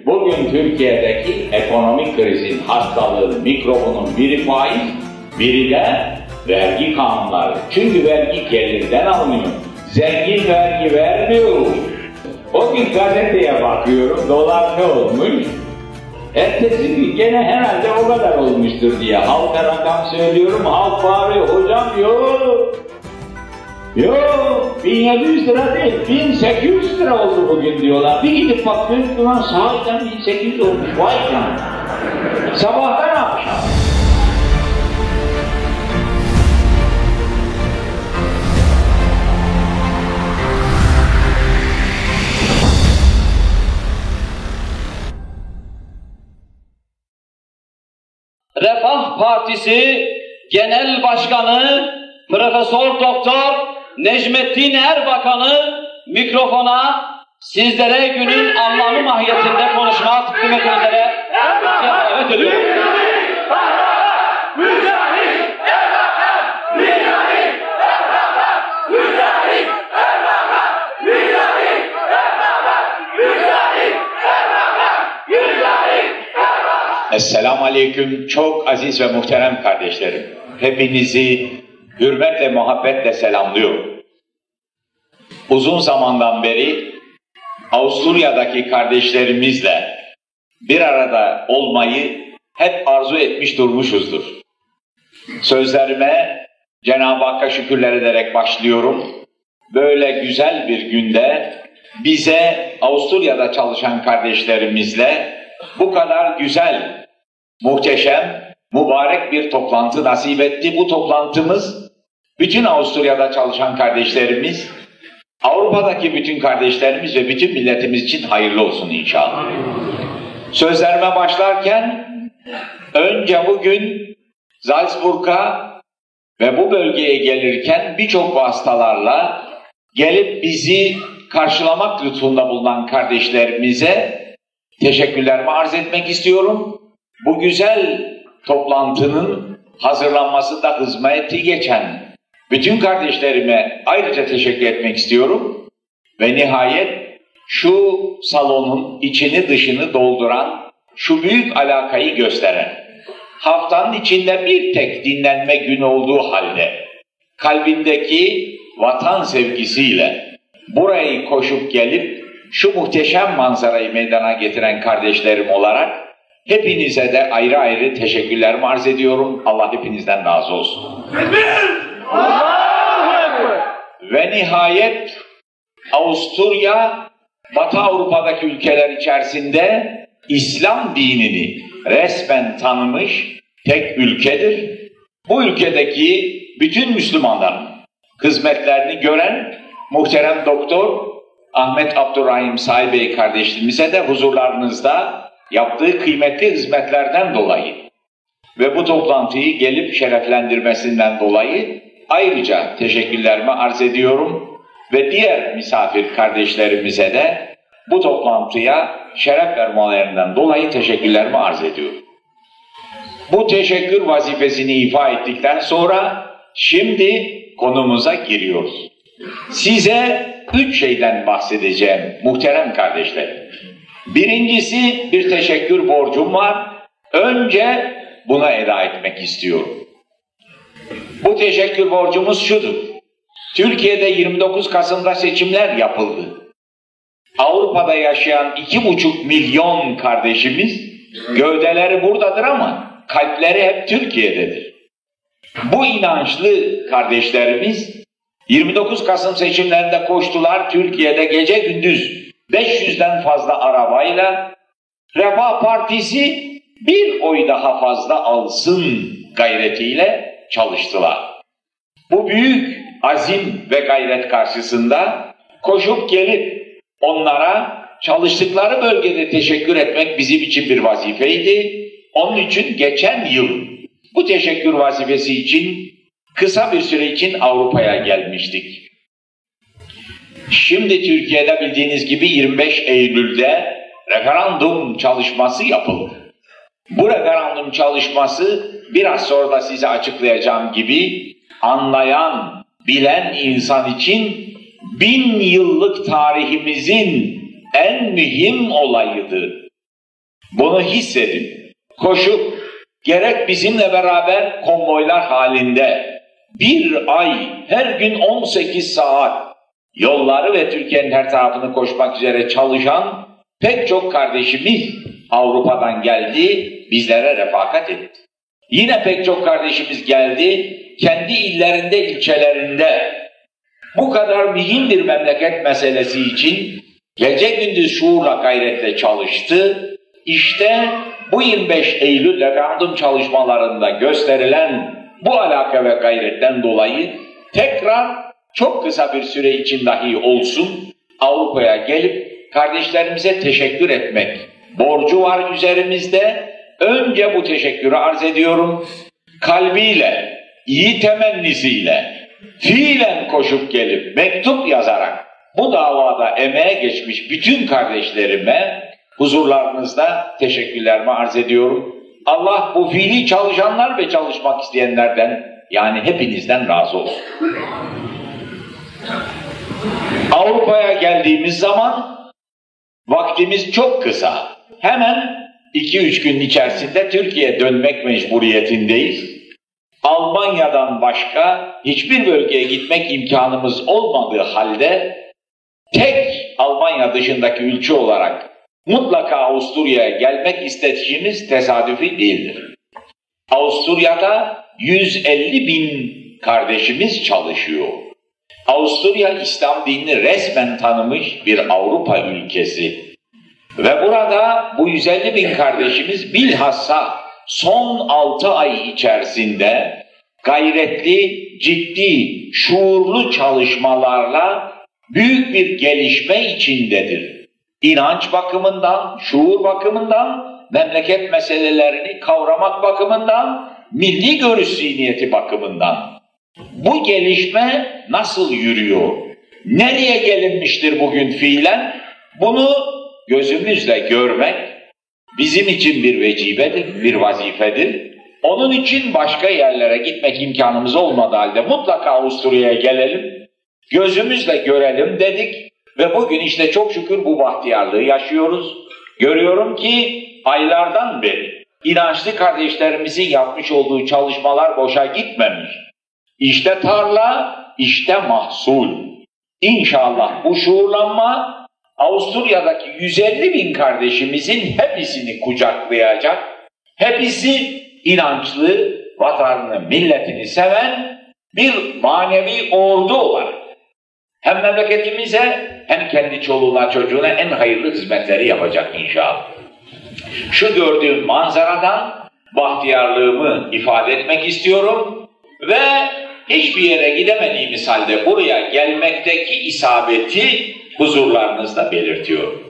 bugün Türkiye'deki ekonomik krizin, hastalığın, mikrobunun biri faiz, biri de vergi kanunları. Çünkü vergi gelirden alınıyor. Zengin vergi vermiyor. O gün gazeteye bakıyorum, dolar ne olmuş? Ertesi gün gene herhalde o kadar olmuştur diye halka rakam söylüyorum, halk bağırıyor, hocam yok. Yok, 1700 lira değil, 1800 lira oldu bugün diyorlar. Bir gidip bakıyoruz, ulan sahiden 1800 olmuş, vay canına. Sabahtan akşam. Refah Partisi Genel Başkanı Profesör Doktor Necmettin Erbakan'ı mikrofona sizlere günün anlamı mahiyetinde konuşma takdim etmek üzere davet ediyorum. Esselamu Aleyküm, çok aziz ve muhterem kardeşlerim. Hepinizi hürmetle, muhabbetle selamlıyorum. Uzun zamandan beri Avusturya'daki kardeşlerimizle bir arada olmayı hep arzu etmiş durmuşuzdur. Sözlerime Cenab-ı Hakk'a şükürler ederek başlıyorum. Böyle güzel bir günde bize Avusturya'da çalışan kardeşlerimizle bu kadar güzel, muhteşem, mübarek bir toplantı nasip etti. Bu toplantımız bütün Avusturya'da çalışan kardeşlerimiz, Avrupa'daki bütün kardeşlerimiz ve bütün milletimiz için hayırlı olsun inşallah. Sözlerime başlarken önce bugün Salzburg'a ve bu bölgeye gelirken birçok vasıtalarla gelip bizi karşılamak lütfunda bulunan kardeşlerimize teşekkürlerimi arz etmek istiyorum. Bu güzel toplantının hazırlanmasında hizmeti geçen bütün kardeşlerime ayrıca teşekkür etmek istiyorum. Ve nihayet şu salonun içini dışını dolduran, şu büyük alakayı gösteren, haftanın içinde bir tek dinlenme günü olduğu halde, kalbindeki vatan sevgisiyle burayı koşup gelip şu muhteşem manzarayı meydana getiren kardeşlerim olarak hepinize de ayrı ayrı teşekkürlerimi arz ediyorum. Allah hepinizden razı olsun. Ve nihayet Avusturya, Batı Avrupa'daki ülkeler içerisinde İslam dinini resmen tanımış tek ülkedir. Bu ülkedeki bütün Müslümanların hizmetlerini gören muhterem doktor Ahmet Abdurrahim Sahi Bey kardeşimize de huzurlarınızda yaptığı kıymetli hizmetlerden dolayı ve bu toplantıyı gelip şereflendirmesinden dolayı ayrıca teşekkürlerimi arz ediyorum ve diğer misafir kardeşlerimize de bu toplantıya şeref vermelerinden dolayı teşekkürlerimi arz ediyorum. Bu teşekkür vazifesini ifa ettikten sonra şimdi konumuza giriyoruz. Size 3 şeyden bahsedeceğim muhterem kardeşlerim. Birincisi, bir teşekkür borcum var. Önce buna eda etmek istiyorum. Bu teşekkür borcumuz şudur. Türkiye'de 29 Kasım'da seçimler yapıldı. Avrupa'da yaşayan 2,5 milyon kardeşimiz gövdeleri buradadır ama kalpleri hep Türkiye'dedir. Bu inançlı kardeşlerimiz 29 Kasım seçimlerinde koştular. Türkiye'de gece gündüz 500'den fazla arabayla Refah Partisi bir oy daha fazla alsın gayretiyle çalıştılar. Bu büyük azim ve gayret karşısında koşup gelip onlara çalıştıkları bölgede teşekkür etmek bizim için bir vazifeydi. Onun için geçen yıl bu teşekkür vazifesi için kısa bir süre için Avrupa'ya gelmiştik. Şimdi Türkiye'de bildiğiniz gibi 25 Eylül'de referandum çalışması yapıldı. Bu referandum çalışması biraz sonra da size açıklayacağım gibi anlayan, bilen insan için 1000 yıllık tarihimizin en mühim olayıdır. Bunu hissedin. Koşup gerek bizimle beraber konvoylar halinde bir ay her gün 18 saat yolları ve Türkiye'nin her tarafını koşmak üzere çalışan pek çok kardeşimiz Avrupa'dan geldi, bizlere refakat etti. Yine pek çok kardeşimiz geldi, kendi illerinde, ilçelerinde bu kadar mühim bir memleket meselesi için gece gündüz şuurla gayretle çalıştı. İşte bu 25 Eylül referandum çalışmalarında gösterilen bu alaka ve gayretten dolayı tekrar çok kısa bir süre için dahi olsun Avrupa'ya gelip kardeşlerimize teşekkür etmek borcu var üzerimizde. Önce bu teşekkürü arz ediyorum. Kalbiyle, iyi temennisiyle, fiilen koşup gelip mektup yazarak bu davada emeğe geçmiş bütün kardeşlerime huzurlarınızda teşekkürlerimi arz ediyorum. Allah bu fiili çalışanlar ve çalışmak isteyenlerden, yani hepinizden razı olsun. Avrupa'ya geldiğimiz zaman vaktimiz çok kısa. Hemen 2-3 gün içerisinde Türkiye'ye dönmek mecburiyetindeyiz. Almanya'dan başka hiçbir bölgeye gitmek imkanımız olmadığı halde tek Almanya dışındaki ülke olarak mutlaka Avusturya'ya gelmek istediğimiz tesadüfi değildir. Avusturya'da 150.000 kardeşimiz çalışıyor. Avusturya İslam dinini resmen tanımış bir Avrupa ülkesi. Ve burada bu 150.000 kardeşimiz bilhassa son 6 ay içerisinde gayretli, ciddi, şuurlu çalışmalarla büyük bir gelişme içindedir. İnanç bakımından, şuur bakımından, memleket meselelerini kavramak bakımından, milli görüş zihniyeti bakımından. Bu gelişme nasıl yürüyor? Nereye gelinmiştir bugün fiilen? Bunu gözümüzle görmek bizim için bir vecibedir, bir vazifedir. Onun için başka yerlere gitmek imkanımız olmadığı halde mutlaka Avusturya'ya gelelim, gözümüzle görelim dedik ve bugün işte çok şükür bu bahtiyarlığı yaşıyoruz. Görüyorum ki aylardan beri inançlı kardeşlerimizin yapmış olduğu çalışmalar boşa gitmemiş. İşte tarla, işte mahsul. İnşallah bu şuurlanma Avusturya'daki 150.000 kardeşimizin hepsini kucaklayacak, hepsi inançlı, vatanını, milletini seven bir manevi ordu olarak hem memleketimize hem kendi çoluğuna çocuğuna en hayırlı hizmetleri yapacak inşallah. Şu gördüğüm manzaradan bahtiyarlığımı ifade etmek istiyorum ve hiçbir yere gidemediğimiz halde buraya gelmekteki isabeti huzurlarınızda belirtiyorum.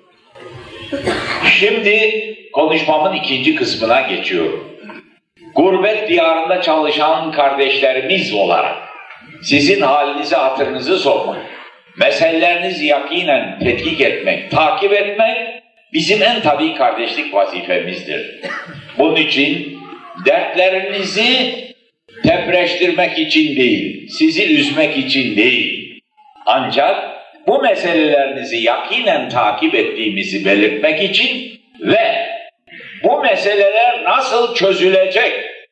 Şimdi konuşmamın ikinci kısmına geçiyorum. Gurbet diyarında çalışan kardeşlerimiz olarak sizin halinizi, hatırınızı sormak, meselelerinizi yakinen tetkik etmek, takip etmek bizim en tabii kardeşlik vazifemizdir. Bunun için dertlerinizi depreştirmek için değil, sizi üzmek için değil, ancak bu meselelerinizi yakinen takip ettiğimizi belirtmek için ve bu meseleler nasıl çözülecek,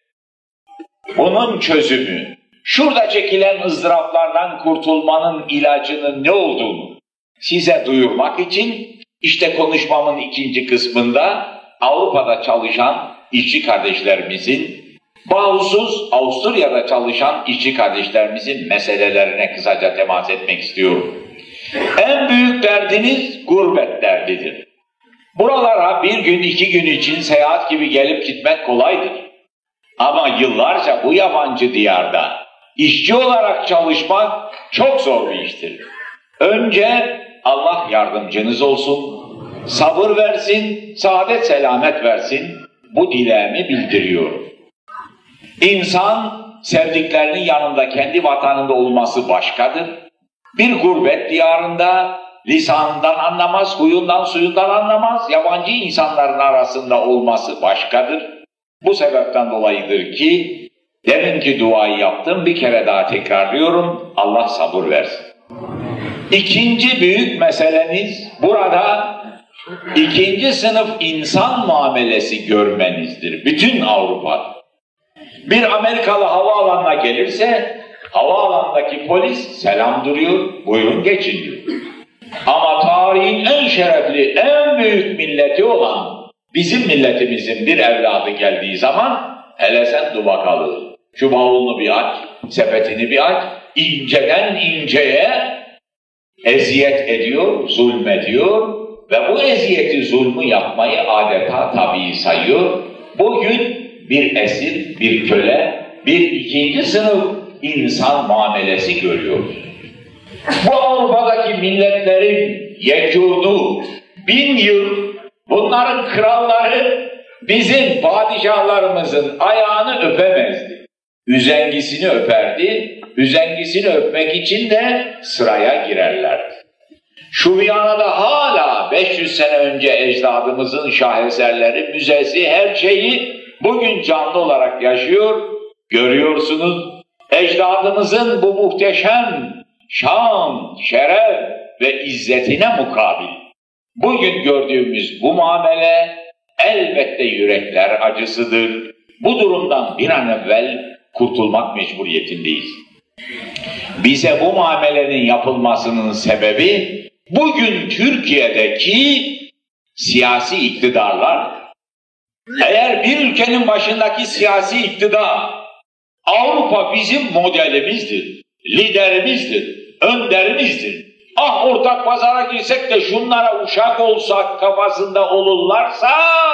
bunun çözümü, şurada çekilen ızdıraplardan kurtulmanın ilacının ne olduğunu size duyurmak için işte konuşmamın ikinci kısmında Avrupa'da çalışan işçi kardeşlerimizin, bağımsız Avusturya'da çalışan işçi kardeşlerimizin meselelerine kısaca temas etmek istiyorum. En büyük derdiniz gurbet derdidir. Buralara bir gün, 2 gün için seyahat gibi gelip gitmek kolaydır. Ama yıllarca bu yabancı diyarda işçi olarak çalışmak çok zor bir iştir. Önce Allah yardımcınız olsun, sabır versin, saadet selamet versin, bu dileğimi bildiriyorum. İnsan sevdiklerinin yanında kendi vatanında olması başkadır. Bir gurbet diyarında lisanından anlamaz, huyundan suyundan anlamaz, yabancı insanların arasında olması başkadır. Bu sebepten dolayıdır ki deminki duayı yaptım, bir kere daha tekrarlıyorum, Allah sabır versin. İkinci büyük meseleniz burada İkinci sınıf insan muamelesi görmenizdir. Bütün Avrupa. Bir Amerikalı havaalanına gelirse, havaalanındaki polis selam duruyor, buyurun geçin diyor. Ama tarihin en şerefli, en büyük milleti olan bizim milletimizin bir evladı geldiği zaman, hele sen dur bakalım, şu bavulunu bir aç, sepetini bir aç, inceden inceye eziyet ediyor, zulmediyor ve bu eziyeti, zulmü yapmayı adeta tabii sayıyor. Bugün bir esir, bir köle, bir ikinci sınıf insan muamelesi görüyoruz. Bu Avrupa'daki milletlerin yekûnu, 1000 yıl bunların kralları bizim padişahlarımızın ayağını öpemezdi. Üzengisini öperdi, üzengisini öpmek için de sıraya girerlerdi. Şu Viyana'da hala 500 sene önce ecdadımızın şaheserleri, müzesi, her şeyi bugün canlı olarak yaşıyor, görüyorsunuz. Ecdadımızın bu muhteşem şan, şeref ve izzetine mukabil bugün gördüğümüz bu muamele elbette yürekler acısıdır. Bu durumdan bir an evvel kurtulmak mecburiyetindeyiz. Bize bu muamelenin yapılmasının sebebi bugün Türkiye'deki siyasi iktidarlar. Eğer bir ülkenin başındaki siyasi iktidar, Avrupa bizim modelimizdir, liderimizdir, önderimizdir. Ah ortak pazara girsek de şunlara uşak olsak kafasında olurlarsa,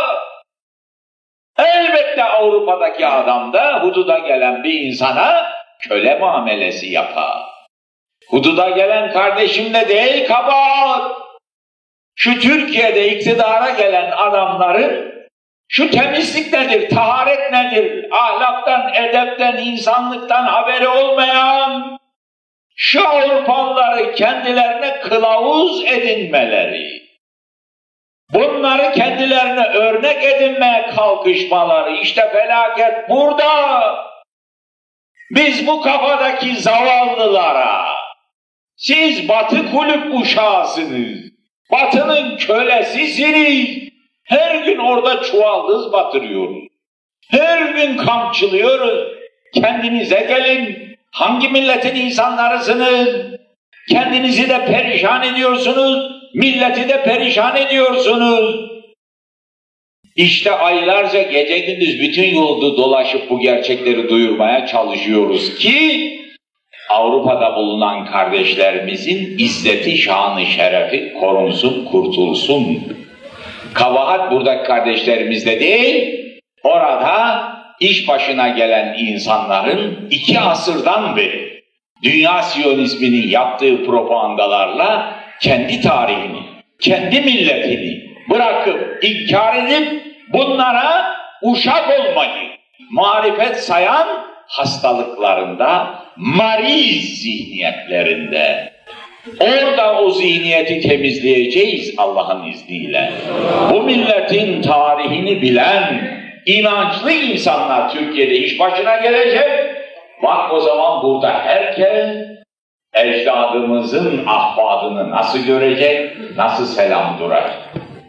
elbette Avrupa'daki adam da hududa gelen bir insana köle muamelesi yapar. Hududa gelen kardeşimle değil kabahat. Şu Türkiye'de iktidara gelen adamların şu temizlik nedir, taharet nedir, ahlaktan, edepten, insanlıktan haberi olmayan şu Avrupalıları kendilerine kılavuz edinmeleri, bunları kendilerine örnek edinmeye kalkışmaları, işte felaket burada. Biz bu kafadaki zavallılara, siz Batı kulüp uşağısınız, Batı'nın kölesisiniz, her gün orada çuvaldız batırıyoruz, her gün kamçılıyoruz, kendinize gelin, hangi milletin insanlarısınız, kendinizi de perişan ediyorsunuz, milleti de perişan ediyorsunuz. İşte aylarca gece gündüz bütün yolda dolaşıp bu gerçekleri duyurmaya çalışıyoruz ki Avrupa'da bulunan kardeşlerimizin izzeti, şanı, şerefi korunsun, kurtulsun. Kabahat buradaki kardeşlerimizde değil, orada iş başına gelen insanların 2 asırdan beri dünya Siyonizminin yaptığı propagandalarla kendi tarihini, kendi milletini bırakıp, inkar edip bunlara uşak olmayı marifet sayan hastalıklarında, mariz zihniyetlerinde. Orada o zihniyeti temizleyeceğiz Allah'ın izniyle. Bu milletin tarihini bilen, inançlı insanlar Türkiye'de iş başına gelecek. Bak o zaman burada herkes ecdadımızın ahvadını nasıl görecek, nasıl selam duracak.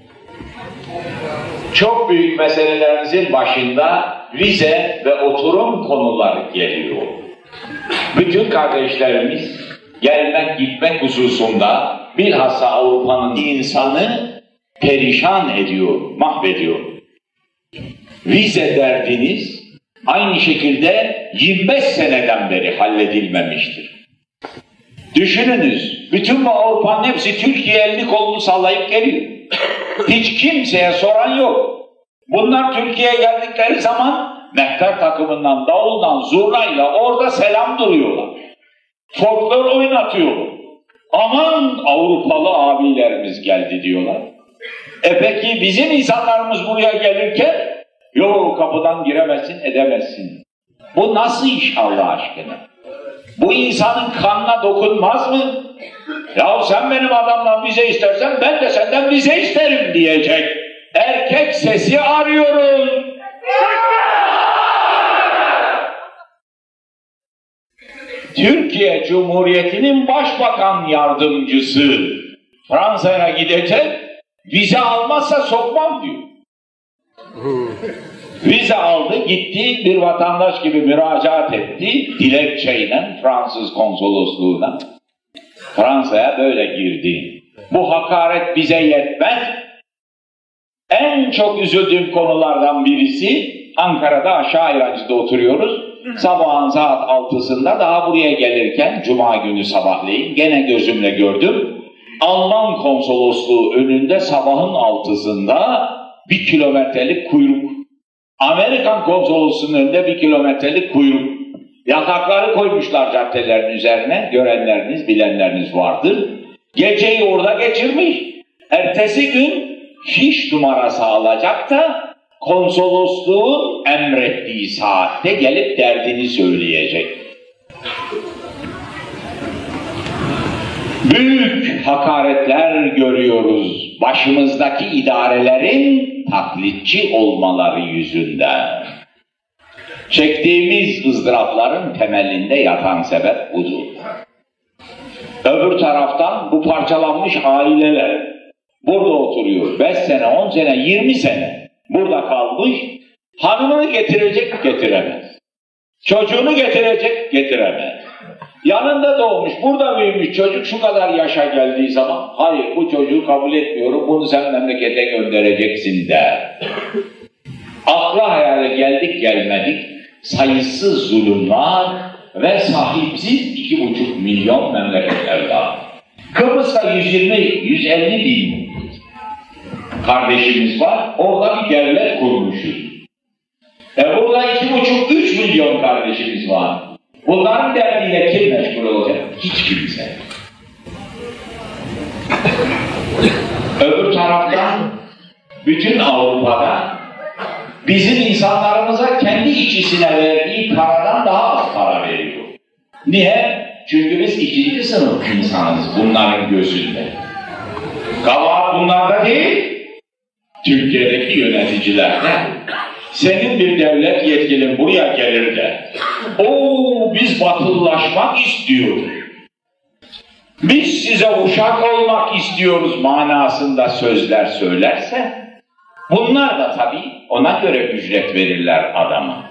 Çok büyük meselelerimizin başında vize ve oturum konuları geliyor. Bütün kardeşlerimiz gelmek gitmek hususunda bilhassa Avrupa'nın insanı perişan ediyor, mahvediyor. Vize derdiniz aynı şekilde 25 seneden beri halledilmemiştir. Düşününüz, bütün bu Avrupa'nın hepsi Türkiye'ye elini kolunu sallayıp geliyor. Hiç kimseye soran yok. Bunlar Türkiye'ye geldikleri zaman mehter takımından, davuldan, zurnayla orada selam duruyorlar. Folklor oynatıyorlar. Aman Avrupalı abilerimiz geldi diyorlar. Peki bizim insanlarımız buraya gelirken yok kapıdan giremezsin, edemezsin. Bu nasıl iş Allah aşkına? Bu insanın kanına dokunmaz mı? Ya sen benim adamdan vize istersen ben de senden vize isterim diyecek. Erkek sesi arıyoruz. Türkiye Cumhuriyeti'nin başbakan yardımcısı Fransa'ya gidecek, Vize almazsa sokmam diyor. Vize aldı, gitti, bir vatandaş gibi müracaat etti, dilekçeyle Fransız konsolosluğuna. Fransa'ya böyle girdi. Bu hakaret bize yetmez. En çok üzüldüğüm konulardan birisi, Ankara'da aşağı İrancı'da oturuyoruz. Sabahın saat 6'sında daha buraya gelirken, Cuma günü sabahleyin gene gözümle gördüm. Alman konsolosluğu önünde sabahın 6'sında 1 kilometrelik kuyruk. Amerikan konsolosluğunun önünde 1 kilometrelik kuyruk. Yatakları koymuşlar caddelerin üzerine, görenleriniz, bilenleriniz vardır. Geceyi orada geçirmiş. Ertesi gün fiş numarası alacak da konsolosluğun emrettiği saatte gelip derdini söyleyecek. Büyük hakaretler görüyoruz başımızdaki idarelerin taklitçi olmaları yüzünden. Çektiğimiz ızdırapların temelinde yatan sebep budur. Öbür taraftan bu parçalanmış aileler burada oturuyor. 5 sene, 10 sene, 20 sene burada kalmış. Hanımını getirecek, getiremez. Çocuğunu getirecek, getiremez. Yanında doğmuş, burada büyümüş çocuk şu kadar yaşa geldiği zaman hayır bu çocuğu kabul etmiyorum, bunu sen memlekete göndereceksin der. Akla hayale geldik gelmedik sayısız zulümler ve sahipsiz 2,5 milyon memleketler var. Kıbrıs'ta 120-150 bin kardeşimiz var, orada bir devlet kurmuşuz. Burada 2,5-3 milyon kardeşimiz var. Bunların derdiyle kim meşgul olacak? Hiç kimse. Öbür taraftan bütün Avrupa'da bizim insanlarımıza kendi işçisine verdiği paradan daha az para veriyor. Niye? Çünkü biz 2. sınıf insanız bunların gözünde. Kabahat bunlarda değil, Türkiye'deki yöneticilerde. Senin bir devlet yetkilin buraya gelir de, biz batılılaşmak istiyoruz, biz size uşak olmak istiyoruz manasında sözler söylerse, bunlar da tabii ona göre ücret verirler adama.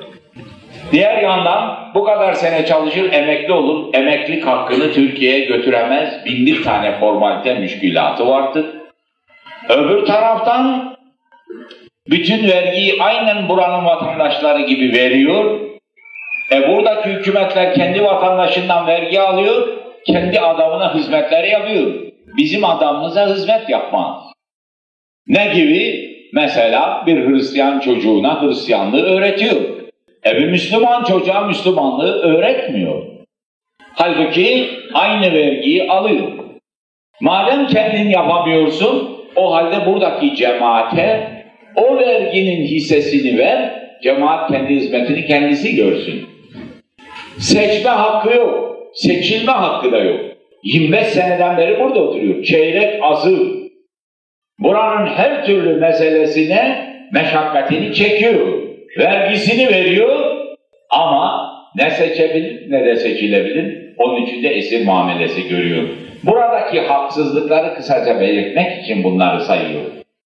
Diğer yandan bu kadar sene çalışır, emekli olur, emeklilik hakkını Türkiye'ye götüremez, 1000 tane formalite müşkülatı vardır. Öbür taraftan bütün vergiyi aynen buranın vatandaşları gibi veriyor. Buradaki hükümetler kendi vatandaşından vergi alıyor, kendi adamına hizmetleri yapıyor. Bizim adamımıza hizmet yapmaz. Ne gibi? Mesela bir Hristiyan çocuğuna Hristiyanlığı öğretiyor. Bir Müslüman çocuğa Müslümanlığı öğretmiyor. Halbuki aynı vergiyi alıyor. Madem kendin yapamıyorsun, o halde buradaki cemaate o verginin hissesini ver, cemaat kendi hizmetini kendisi görsün. Seçme hakkı yok, seçilme hakkı da yok. 25 seneden beri burada oturuyor, çeyrek azı. Buranın her türlü meselesine meşakkatini çekiyor, vergisini veriyor ama ne seçebilir ne de seçilebilir, onun için de esir muamelesi görüyor. Buradaki haksızlıkları kısaca belirtmek için bunları sayıyor.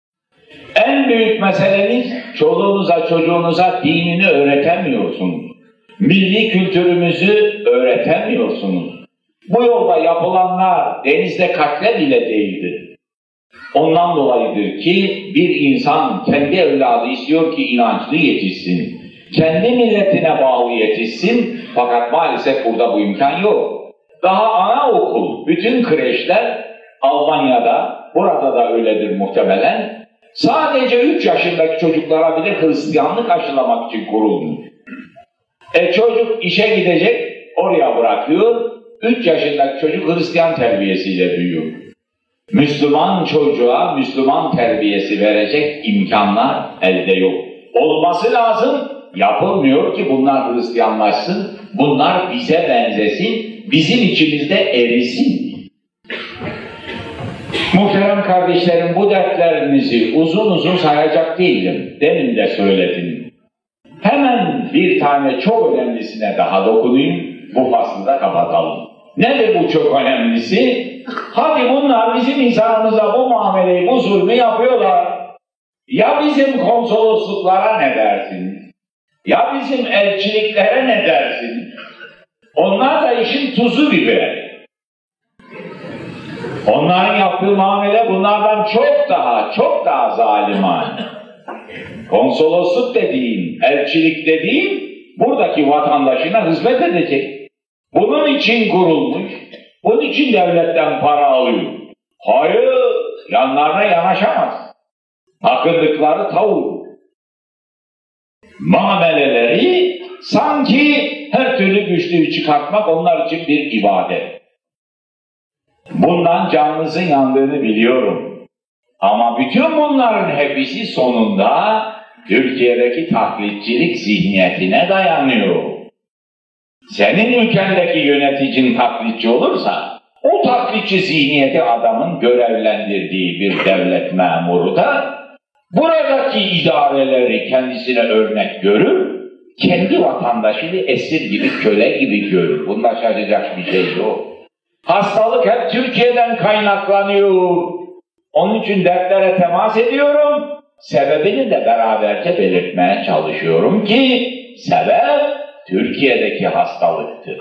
En büyük meseleniz çoluğunuza çocuğunuza dinini öğretemiyorsunuz. Milli kültürümüzü öğretemiyorsunuz. Bu yolda yapılanlar denizde katle bile değildir. Ondan dolayıdır ki bir insan kendi evladı istiyor ki inançlı yetişsin. Kendi milletine bağlı yetişsin fakat maalesef burada bu imkan yok. Daha anaokul, bütün kreşler Almanya'da, burada da öyledir muhtemelen. Sadece 3 yaşındaki çocuklara bile Hristiyanlık aşılamak için kurulmuş. Çocuk işe gidecek, oraya bırakıyor. 3 yaşındaki çocuk Hristiyan terbiyesiyle büyüyor. Müslüman çocuğa Müslüman terbiyesi verecek imkanlar elde yok. Olması lazım, yapılmıyor ki bunlar Hristiyanlaşsın, bunlar bize benzesin, bizim içimizde erisin. Muhterem kardeşlerim, bu dertlerinizi uzun uzun sayacak değilim. Demin de söyledim. Hemen bir tane çok önemlisine daha dokunayım, bu faslı da kapatalım. Nedir bu çok önemlisi? Hadi bunlar bizim insanımıza bu muameleyi, bu zulmü yapıyorlar. Ya bizim konsolosluklara ne dersin? Ya bizim elçiliklere ne dersin? Onlar da işin tuzu biberi. Onların yaptığı muamele bunlardan çok daha zalimane. Konsolosluk dediğin, elçilik dediğin buradaki vatandaşına hizmet edecek. Bunun için kurulmuş, bunun için devletten para alıyor. Hayır, yanlarına yanaşamaz. Takıldıkları tavuk. Muameleleri sanki her türlü güçlüğü çıkartmak onlar için bir ibadet. Bundan canınızın yandığını biliyorum. Ama bütün bunların hepsi sonunda Türkiye'deki taklitçilik zihniyetine dayanıyor. Senin ülkendeki yöneticin taklitçi olursa, o taklitçi zihniyeti adamın görevlendirdiği bir devlet memuru da buradaki idareleri kendisine örnek görür, kendi vatandaşını esir gibi, köle gibi görür. Bunda şaşacak bir şey yok. Hastalık hep Türkiye'den kaynaklanıyor. Onun için dertlere temas ediyorum. Sebebini de beraberce belirtmeye çalışıyorum ki sebep Türkiye'deki hastalıktır.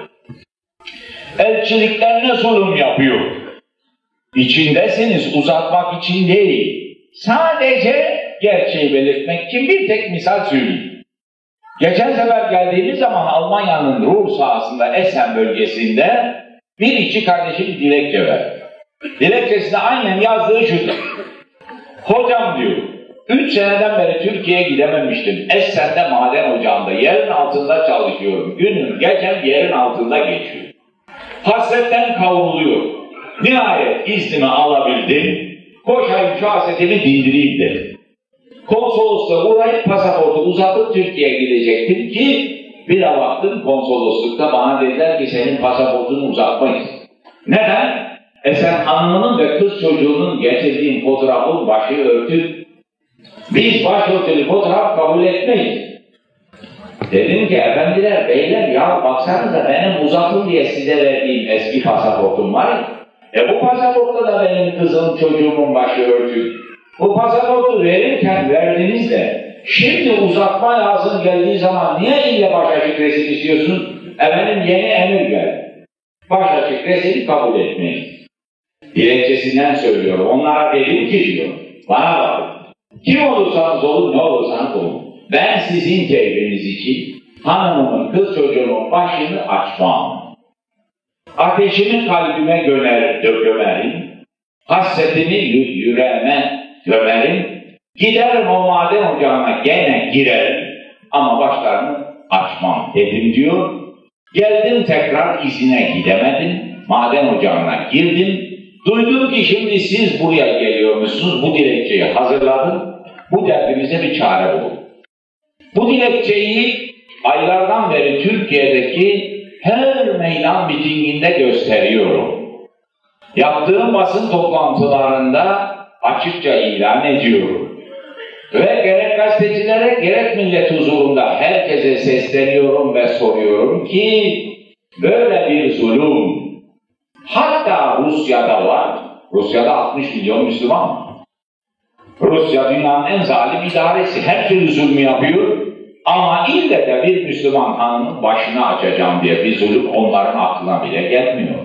Elçilikler ne zulüm yapıyor? İçindesiniz, uzatmak için değil. Sadece gerçeği belirtmek için bir tek misal söyleyeyim. Geçen sefer geldiğimiz zaman Almanya'nın Ruhr sahasında Essen bölgesinde bir işçi kardeşim dilekçe verdi. Dilekçesinde aynen yazdığı şudur. Hocam diyor, 3 seneden beri Türkiye'ye gidememiştim. Essen'de maden ocağında, yerin altında çalışıyorum. Günüm, gecem yerin altında geçiyor. Hasretten kavruluyor. Nihayet iznimi alabildim. Koşayım şu hasetimi dindireyim dedim. Konsolosluğa uğrayıp pasaportu uzatıp Türkiye'ye gidecektim ki bir de baktım konsoloslukta bana dediler ki senin pasaportunu uzatmayız. Neden? Sen hanımının ve kız çocuğunun getirdiğin fotoğrafın başı örtük. Biz başörtülü fotoğraf kabul etmeyiz. Dedim ki efendiler, beyler ya baksanıza benim uzatın diye size verdiğim eski pasaportum var ya. Bu pasaportta da benim kızım çocuğumun başı örtük. Bu pasaportu verirken verdiniz de şimdi uzatma lazım geldiği zaman niye ille baş açık resim istiyorsunuz? Efendim yeni emir geldi. Baş açık resmi kabul etmeyin. Dilekçesinden söylüyorum. Onlara dedim ki diyor, bana bakın. Kim olursanız olun, ne olursanız olun. Ben sizin çevreniz için hanımımın, kız çocuğumun başını açmam. Ateşimi kalbime gömerim. Hasretimi yüreğime gömerim. Giderim o maden ocağına gene girerim. Ama başlarını açmam dedim diyor. Geldim tekrar izine gidemedim. Maden ocağına girdim. Duydum ki şimdi siz buraya geliyormuşsunuz. Bu dilekçeyi hazırladım. Bu derdimize bir çare bulun. Bu dilekçeyi aylardan beri Türkiye'deki her meydan mitinginde gösteriyorum. Yaptığım basın toplantılarında açıkça ilan ediyorum. Ve gerek gazetecilere gerek millet huzurunda herkese sesleniyorum ve soruyorum ki böyle bir zulüm hatta Rusya'da var. Rusya'da 60 milyon Müslüman var. Rusya dünyanın en zalim idaresi. Her türlü zulmü yapıyor. Ama ille de bir Müslüman hanımın başını açacağım diye bir zulüm onların aklına bile gelmiyor.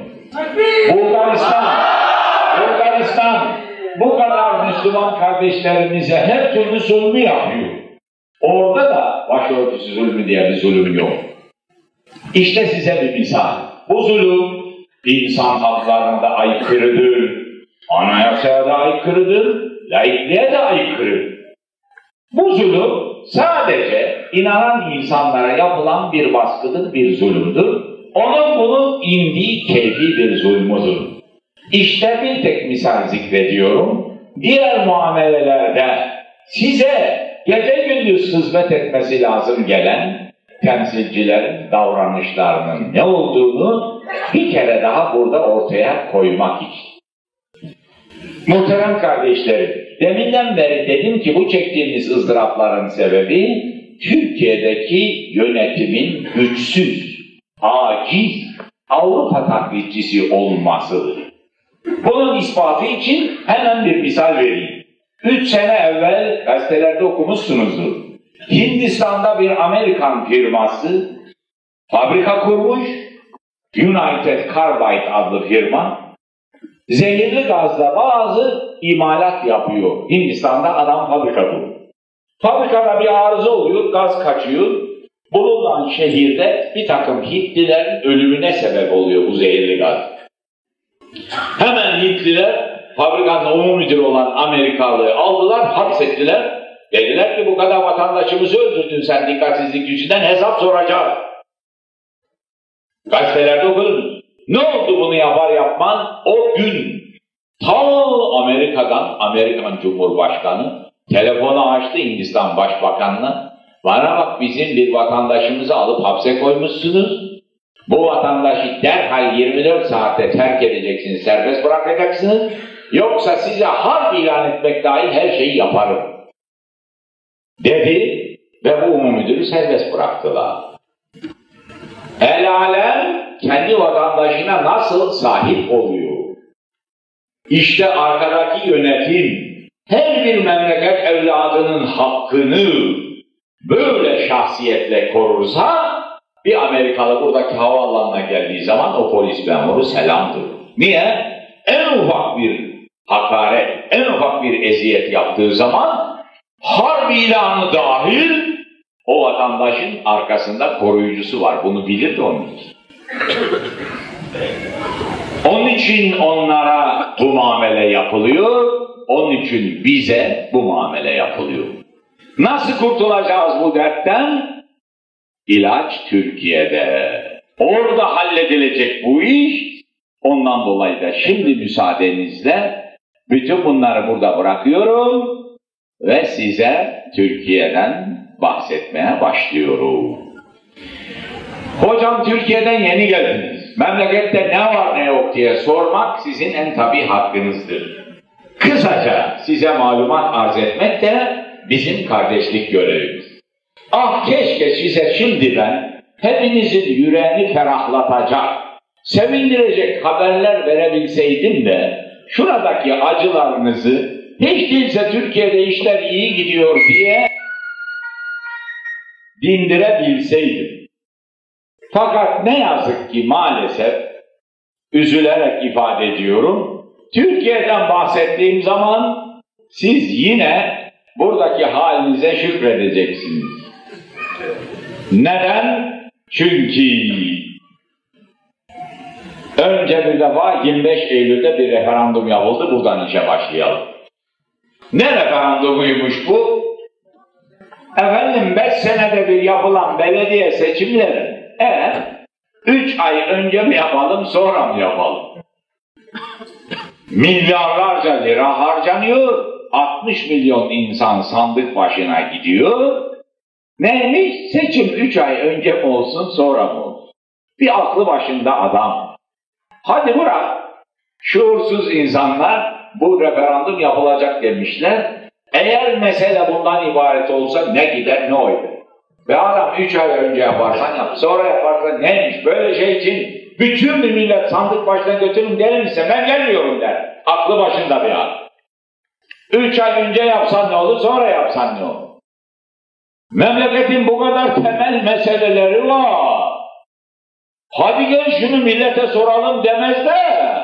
Bulgaristan bu kadar Müslüman kardeşlerimize her türlü zulmü yapıyor. Orada da başörtüsü zulmü diye bir zulüm yok. İşte size bir misal. Bu zulüm insan haklarına aykırıdır, anayasaya da aykırıdır, laikliğe de aykırı. Bu zulüm sadece inanan insanlara yapılan bir baskıdır, bir zulümdür. Onun bunun indiği keyfi bir zulmüdür. İşte bir tek misal zikrediyorum. Diğer muamelelerde size gece gündüz hizmet etmesi lazım gelen temsilcilerin davranışlarının ne olduğunu bir kere daha burada ortaya koymak için. Muhterem kardeşlerim, deminden beri dedim ki bu çektiğimiz ızdırapların sebebi Türkiye'deki yönetimin güçsüz, aciz, Avrupa taklitçisi olmasıdır. Bunun ispatı için hemen bir misal vereyim. 3 sene evvel gazetelerde okumuşsunuzdur. Hindistan'da bir Amerikan firması fabrika kurmuş, United Carbide adlı firma, zehirli gazla bazı imalat yapıyor. Hindistan'da adam fabrika kurmuş. Fabrikada bir arıza oluyor, gaz kaçıyor. Bulunan şehirde bir takım Hintlilerin ölümüne sebep oluyor bu zehirli gaz. Hemen Hintliler fabrikanın umum müdürü olan Amerikalı'yı aldılar, hapsettiler. Dediler ki bu kadar vatandaşımızı öldürdün sen dikkatsizlik yüzünden hesap soracağız. Gazetelerde okudunuz. Ne oldu bunu yapar yapmaz? O gün Amerikan Cumhurbaşkanı telefonu açtı Hindistan Başbakanı'na. Bana bak bizim bir vatandaşımızı alıp hapse koymuşsunuz. Bu vatandaşı derhal 24 saatte terk edeceksiniz, serbest bırakacaksınız. Yoksa size harp ilan etmek dahil her şeyi yaparım. Dedi ve bu umum müdürü serbest bıraktılar. El alem kendi vatandaşına nasıl sahip oluyor? İşte arkadaki yönetim her bir memleket evladının hakkını böyle şahsiyetle korursa bir Amerikalı buradaki havaalanına geldiği zaman o polis memuru selamdır. Niye? En ufak bir hakaret, en ufak bir eziyet yaptığı zaman harp ilanı dahil o vatandaşın arkasında koruyucusu var. Bunu bilir de onun için. Onun için onlara bu muamele yapılıyor, onun için bize bu muamele yapılıyor. Nasıl kurtulacağız bu dertten? İlaç Türkiye'de. Orada halledilecek bu iş. Ondan dolayı da şimdi müsaadenizle bütün bunları burada bırakıyorum ve size Türkiye'den bahsetmeye başlıyorum. Hocam Türkiye'den yeni geldiniz. Memlekette ne var ne yok diye sormak sizin en tabii hakkınızdır. Kısaca size malumat arz etmek de bizim kardeşlik görevimiz. Ah keşke size şimdiden hepinizin yüreğini ferahlatacak, sevindirecek haberler verebilseydim de şuradaki acılarınızı hiç değilse Türkiye'de işler iyi gidiyor diye dindirebilseydim. Fakat ne yazık ki maalesef üzülerek ifade ediyorum, Türkiye'den bahsettiğim zaman siz yine buradaki halinize şükredeceksiniz. Neden? Çünkü önce bir defa 25 Eylül'de bir referandum yapıldı, buradan işe başlayalım. Ne referandumuymuş bu? Efendim 5 senede bir yapılan belediye seçimleri 3 ay önce mi yapalım sonra mı yapalım? Milyarlarca lira harcanıyor, 60 milyon insan sandık başına gidiyor. Neymiş? Seçim 3 ay önce mi olsun sonra mı olsun? Bir aklı başında adam. Hadi bırak. Şuursuz insanlar bu referandum yapılacak demişler. Eğer mesele bundan ibaret olsa ne gider ne oynar. Ve adam 3 ay önce yaparsan yap, sonra yaparsan neymiş? Böyle şey için bütün bir millet sandık başına götürün der misin? Ben gelmiyorum der. Aklı başında bir adam. 3 ay önce yapsan ne olur, sonra yapsan ne olur? Memleketin bu kadar temel meseleleri var. Hadi gel şunu millete soralım demez de.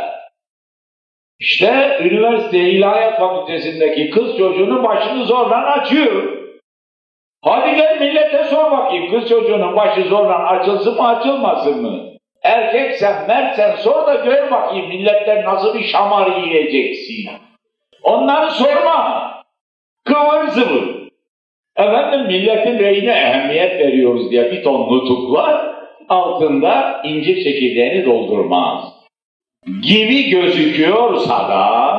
İşte üniversite İlahiyat Fakültesindeki kız çocuğunun başını zorla açıyor. Hadi gel millete sor bakayım, kız çocuğunun başı zorla açılsın mı açılmasın mı? Erkeksen, mertsen sor da gör bakayım milletten nasıl bir şamar yiyeceksin. Onları sorma. Kıvır zıvır. Efendim milletin reyine ehemmiyet veriyoruz diye bir ton nutuklar altında incir çekirdeğini doldurmaz. Gibi gözüküyorsa da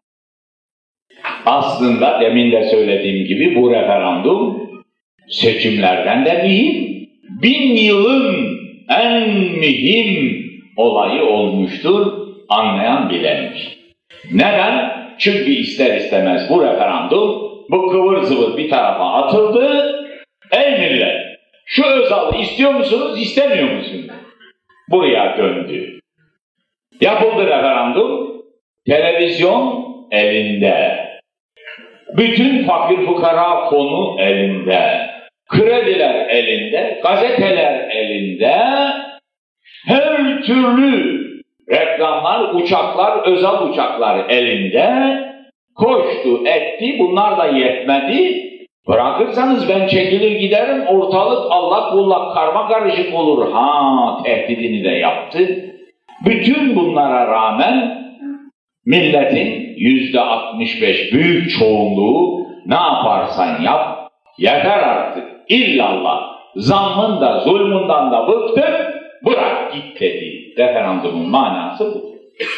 aslında demin de söylediğim gibi bu referandum seçimlerden de mühim. 1000 yılın en mühim olayı olmuştur, anlayan bilenmiş. Neden? Çünkü ister istemez bu referandum, bu kıvır zıvır bir tarafa atıldı. Ey millet, şu Özal'ı istiyor musunuz, istemiyor musunuz? buraya döndü. Yapıldı referandum, televizyon elinde. Bütün fakir fukara konu elinde. Krediler elinde, gazeteler elinde. Her türlü reklamlar, uçaklar, özel uçaklar elinde. Koştu, etti, bunlar da yetmedi. Bırakırsanız ben çekilir giderim, ortalık allak bullak karma karışık olur. Tehdidini de yaptı. Bütün bunlara rağmen milletin %65 büyük çoğunluğu ne yaparsan yap, yeter artık, illallah, zammın da zulmünden da bıktım, bırak git dedi. Referandumun manası bu.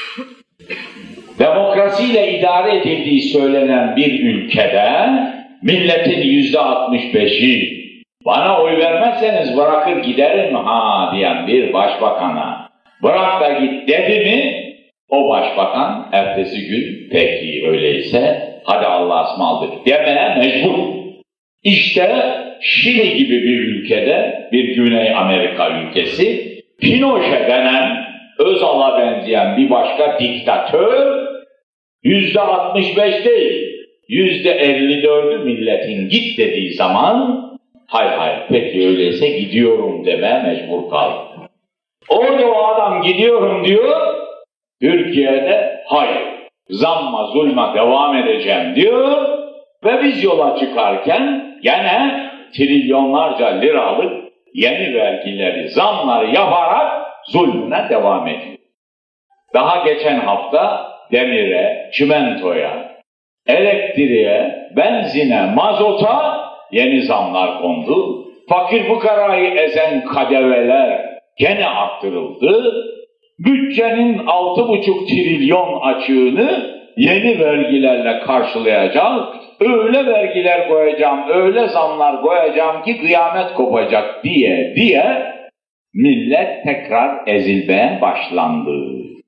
Demokrasiyle idare edildiği söylenen bir ülkede milletin %65'i bana oy vermezseniz bırakır giderim diyen bir başbakana bırak da git dedi mi, o başbakan ertesi gün peki öyleyse hadi Allah'a ısmarladık demeye mecbur. İşte Şili gibi bir ülkede, bir Güney Amerika ülkesi, Pinochet denen Özal'a benzeyen bir başka diktatör %65 değil, %54'ü milletin git dediği zaman hayır peki öyleyse gidiyorum demeye mecbur kaldı. Orada o adam gidiyorum diyor, Türkiye'de hayır, zamma zulma devam edeceğim diyor ve biz yola çıkarken gene trilyonlarca liralık yeni vergileri, zamları yaparak zulmüne devam ediyor. Daha geçen hafta demire, çimentoya, elektriğe, benzine, mazota yeni zamlar kondu. Fakir fukarayı ezen KDV'ler gene arttırıldı. Bütçenin 6,5 trilyon açığını yeni vergilerle karşılayacak, öyle vergiler koyacağım, öyle zamlar koyacağım ki kıyamet kopacak diye millet tekrar ezilmeye başlandı.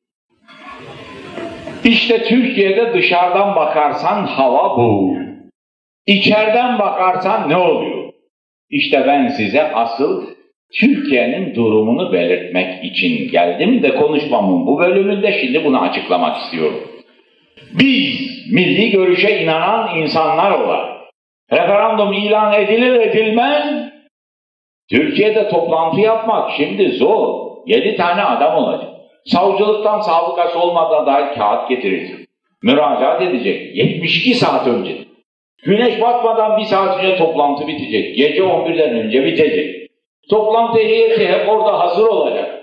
İşte Türkiye'de dışarıdan bakarsan hava bu. İçeriden bakarsan ne oluyor? İşte ben size asıl Türkiye'nin durumunu belirtmek için geldim de konuşmamın bu bölümünde şimdi bunu açıklamak istiyorum. Biz milli görüşe inanan insanlar olarak referandum ilan edilir edilmez Türkiye'de toplantı yapmak şimdi zor. 7 tane adam olacak. Savcılıktan sabıkası olmadan dahi kağıt getirecek. Müracaat edecek. 72 saat önce. Güneş batmadan 1 saat önce toplantı bitecek. Gece 11'den önce bitecek. Toplantı heyeti hep orada hazır olacak.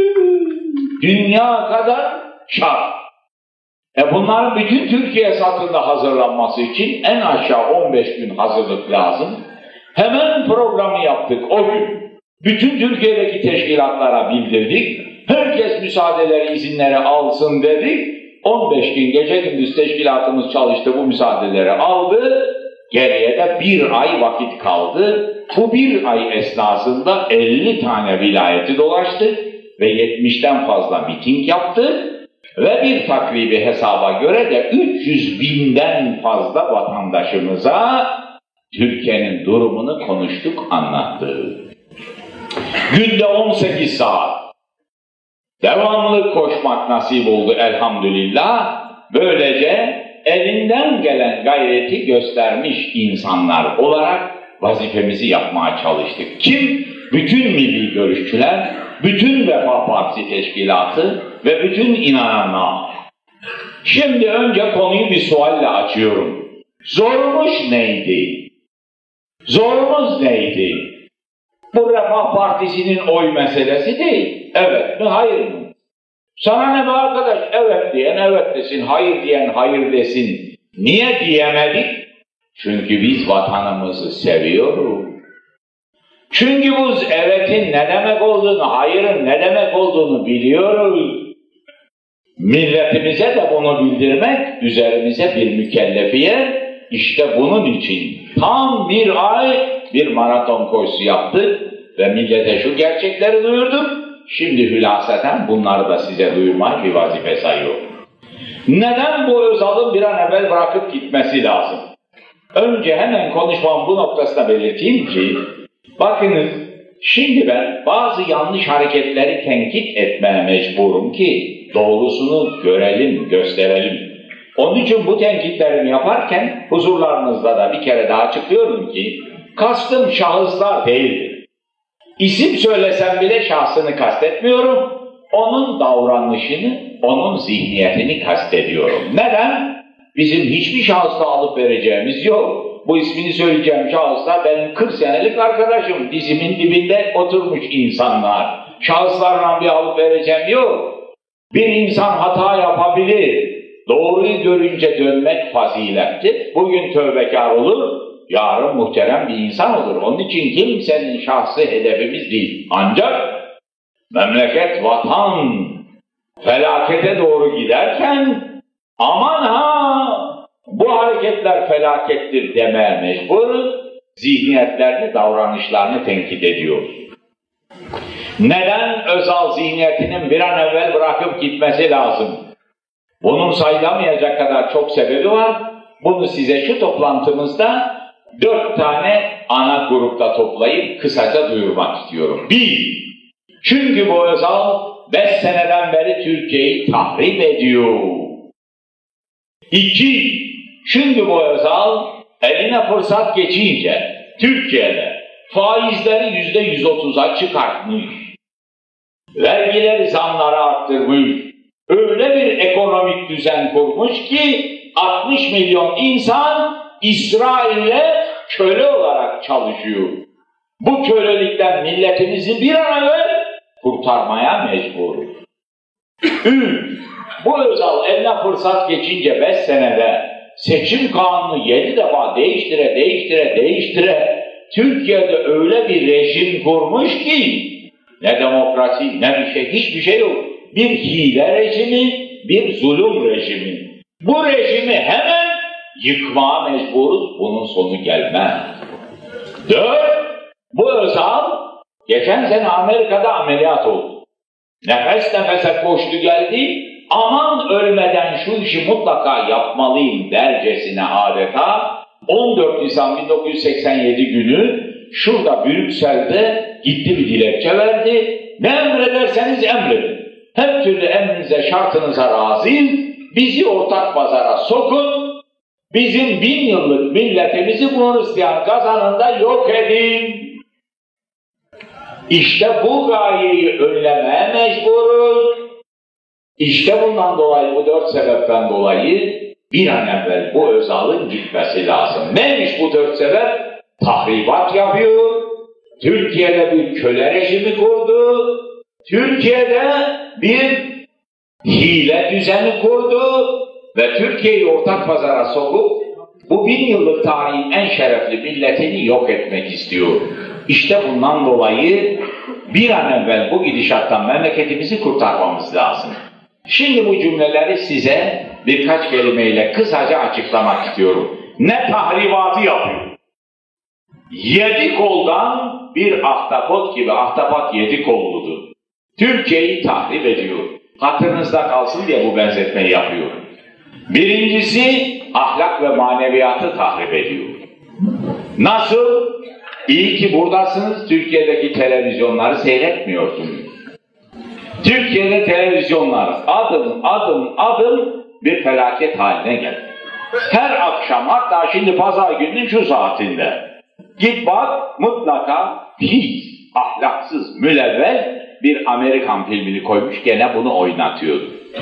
Dünya kadar şart. Bunların bütün Türkiye satında hazırlanması için en aşağı 15 gün hazırlık lazım. Hemen programı yaptık o gün. Bütün Türkiye'deki teşkilatlara bildirdik. Herkes müsaadeleri, izinleri alsın dedik. 15 gün gece gündüz teşkilatımız çalıştı, bu müsaadeleri aldı. Geriye de 1 ay vakit kaldı. Bu 1 ay esnasında 50 tane vilayeti dolaştık ve 70'ten fazla miting yaptık. Ve bir takribi hesaba göre de 300.000'den fazla vatandaşımıza Türkiye'nin durumunu konuştuk, anlattık. Günde 18 saat devamlı koşmak nasip oldu elhamdülillah. Böylece elinden gelen gayreti göstermiş insanlar olarak vazifemizi yapmaya çalıştık. Kim? Bütün milli görüşçüler, bütün Refah Partisi Teşkilatı ve bütün inananlar. Şimdi önce konuyu bir sualle açıyorum. Zorumuz neydi? Zorumuz neydi? Bu Refah Partisi'nin oy meselesi değil. Evet mi, hayır mı? Sana ne be arkadaş? Evet diyen evet desin, hayır diyen hayır desin. Niye diyemedik? Çünkü biz vatanımızı seviyoruz. Çünkü biz evetin ne demek olduğunu, hayırın ne demek olduğunu biliyoruz. Milletimize de bunu bildirmek üzerimize bir mükellefiyet. İşte bunun için tam 1 ay bir maraton koşusu yaptık ve millete şu gerçekleri duyurduk. Şimdi hülaseten bunları da size duyurmak bir vazife sayıyorum. Neden bu Özal'ın bir an evvel bırakıp gitmesi lazım? Önce hemen konuşmam bu noktasında belirteyim ki, bakınız Şimdi ben bazı yanlış hareketleri tenkit etmeye mecburum ki doğrusunu görelim, gösterelim. Onun için bu tenkitlerimi yaparken huzurlarınızda da bir kere daha açıklıyorum ki kastım şahıslar değildir. İsim söylesem bile şahsını kastetmiyorum. Onun davranışını, onun zihniyetini kastediyorum. Neden? Bizim hiçbir şahısla alıp vereceğimiz yok. Bu ismini söyleyeceğim şahıslar benim 40 senelik arkadaşım. Dizimin dibinde oturmuş insanlar. Şahıslarla bir alıp vereceğim yok. Bir insan hata yapabilir. Doğruyu görünce dönmek fazilettir. Bugün tövbekar olur, yarın muhterem bir insan olur. Onun için kimsenin şahsı hedefimiz değil. Ancak memleket, vatan felakete doğru giderken aman ha bu hareketler felakettir demeye mecburuz. Zihniyetlerini, davranışlarını tenkit ediyor. Neden Özal zihniyetinin bir an evvel bırakıp gitmesi lazım? Bunun sayılamayacak kadar çok sebebi var. Bunu size şu toplantımızda 4 tane ana grupta toplayıp kısaca duyurmak istiyorum. 1. Çünkü bu Özal 5 seneden beri Türkiye'yi tahrip ediyor. 2. Çünkü bu Özal eline fırsat geçince Türkiye'de faizleri %130'a çıkartmış, vergileri, zamları arttırmış, öyle bir ekonomik düzen kurmuş ki 60 milyon insan İsrail'e köle olarak çalışıyor. Bu kölelikten milletimizi bir an evvel kurtarmaya mecburuz. 3. Bu Özal eline fırsat geçince 5 senede seçim kanunu 7 defa değiştire Türkiye'de öyle bir rejim kurmuş ki ne demokrasi ne bir şey, hiçbir şey yok. Bir hile rejimi, bir zulüm rejimi. Bu rejimi hemen yıkmaya mecburuz, bunun sonu gelmez. 4. Bu Özal geçen sene Amerika'da ameliyat oldu. Nefes nefese koştu geldi, aman ölmeden şu işi mutlaka yapmalıyım dercesine adeta 14 Nisan 1987 günü şurada Brüksel'de gitti bir dilekçe verdi. Ne emrederseniz emredin. Her türlü emrinize, şartınıza razıyız. Bizi ortak pazara sokun. Bizim 1000 yıllık milletimizi bu Hristiyan kazanında yok edin. İşte bu gayeyi önlemeye mecburuz. İşte bundan dolayı, bu 4 sebepten dolayı bir an evvel bu Özal'ın gitmesi lazım. Neymiş bu 4 sebep? Tahribat yapıyor. Türkiye'de bir köle rejimi kurdu. Türkiye'de bir hile düzeni kurdu ve Türkiye'yi ortak pazara sokup bu 1000 yıllık tarihin en şerefli milletini yok etmek istiyor. İşte bundan dolayı bir an evvel bu gidişattan memleketimizi kurtarmamız lazım. Şimdi bu cümleleri size birkaç kelimeyle kısaca açıklamak istiyorum. Ne tahribatı yapıyor? 7 koldan bir ahtapot gibi, ahtapot 7 kolludur. Türkiye'yi tahrip ediyor. Hatırınızda kalsın diye bu benzetmeyi yapıyor. Birincisi ahlak ve maneviyatı tahrip ediyor. Nasıl? İyi ki buradasınız, Türkiye'deki televizyonları seyretmiyorsunuz. Türkiye'de televizyonlar adım bir felaket haline geldi. Her akşam, hatta şimdi pazar gününün şu saatinde git bak, mutlaka hiç ahlaksız, mülevvel bir Amerikan filmini koymuş, gene bunu oynatıyor.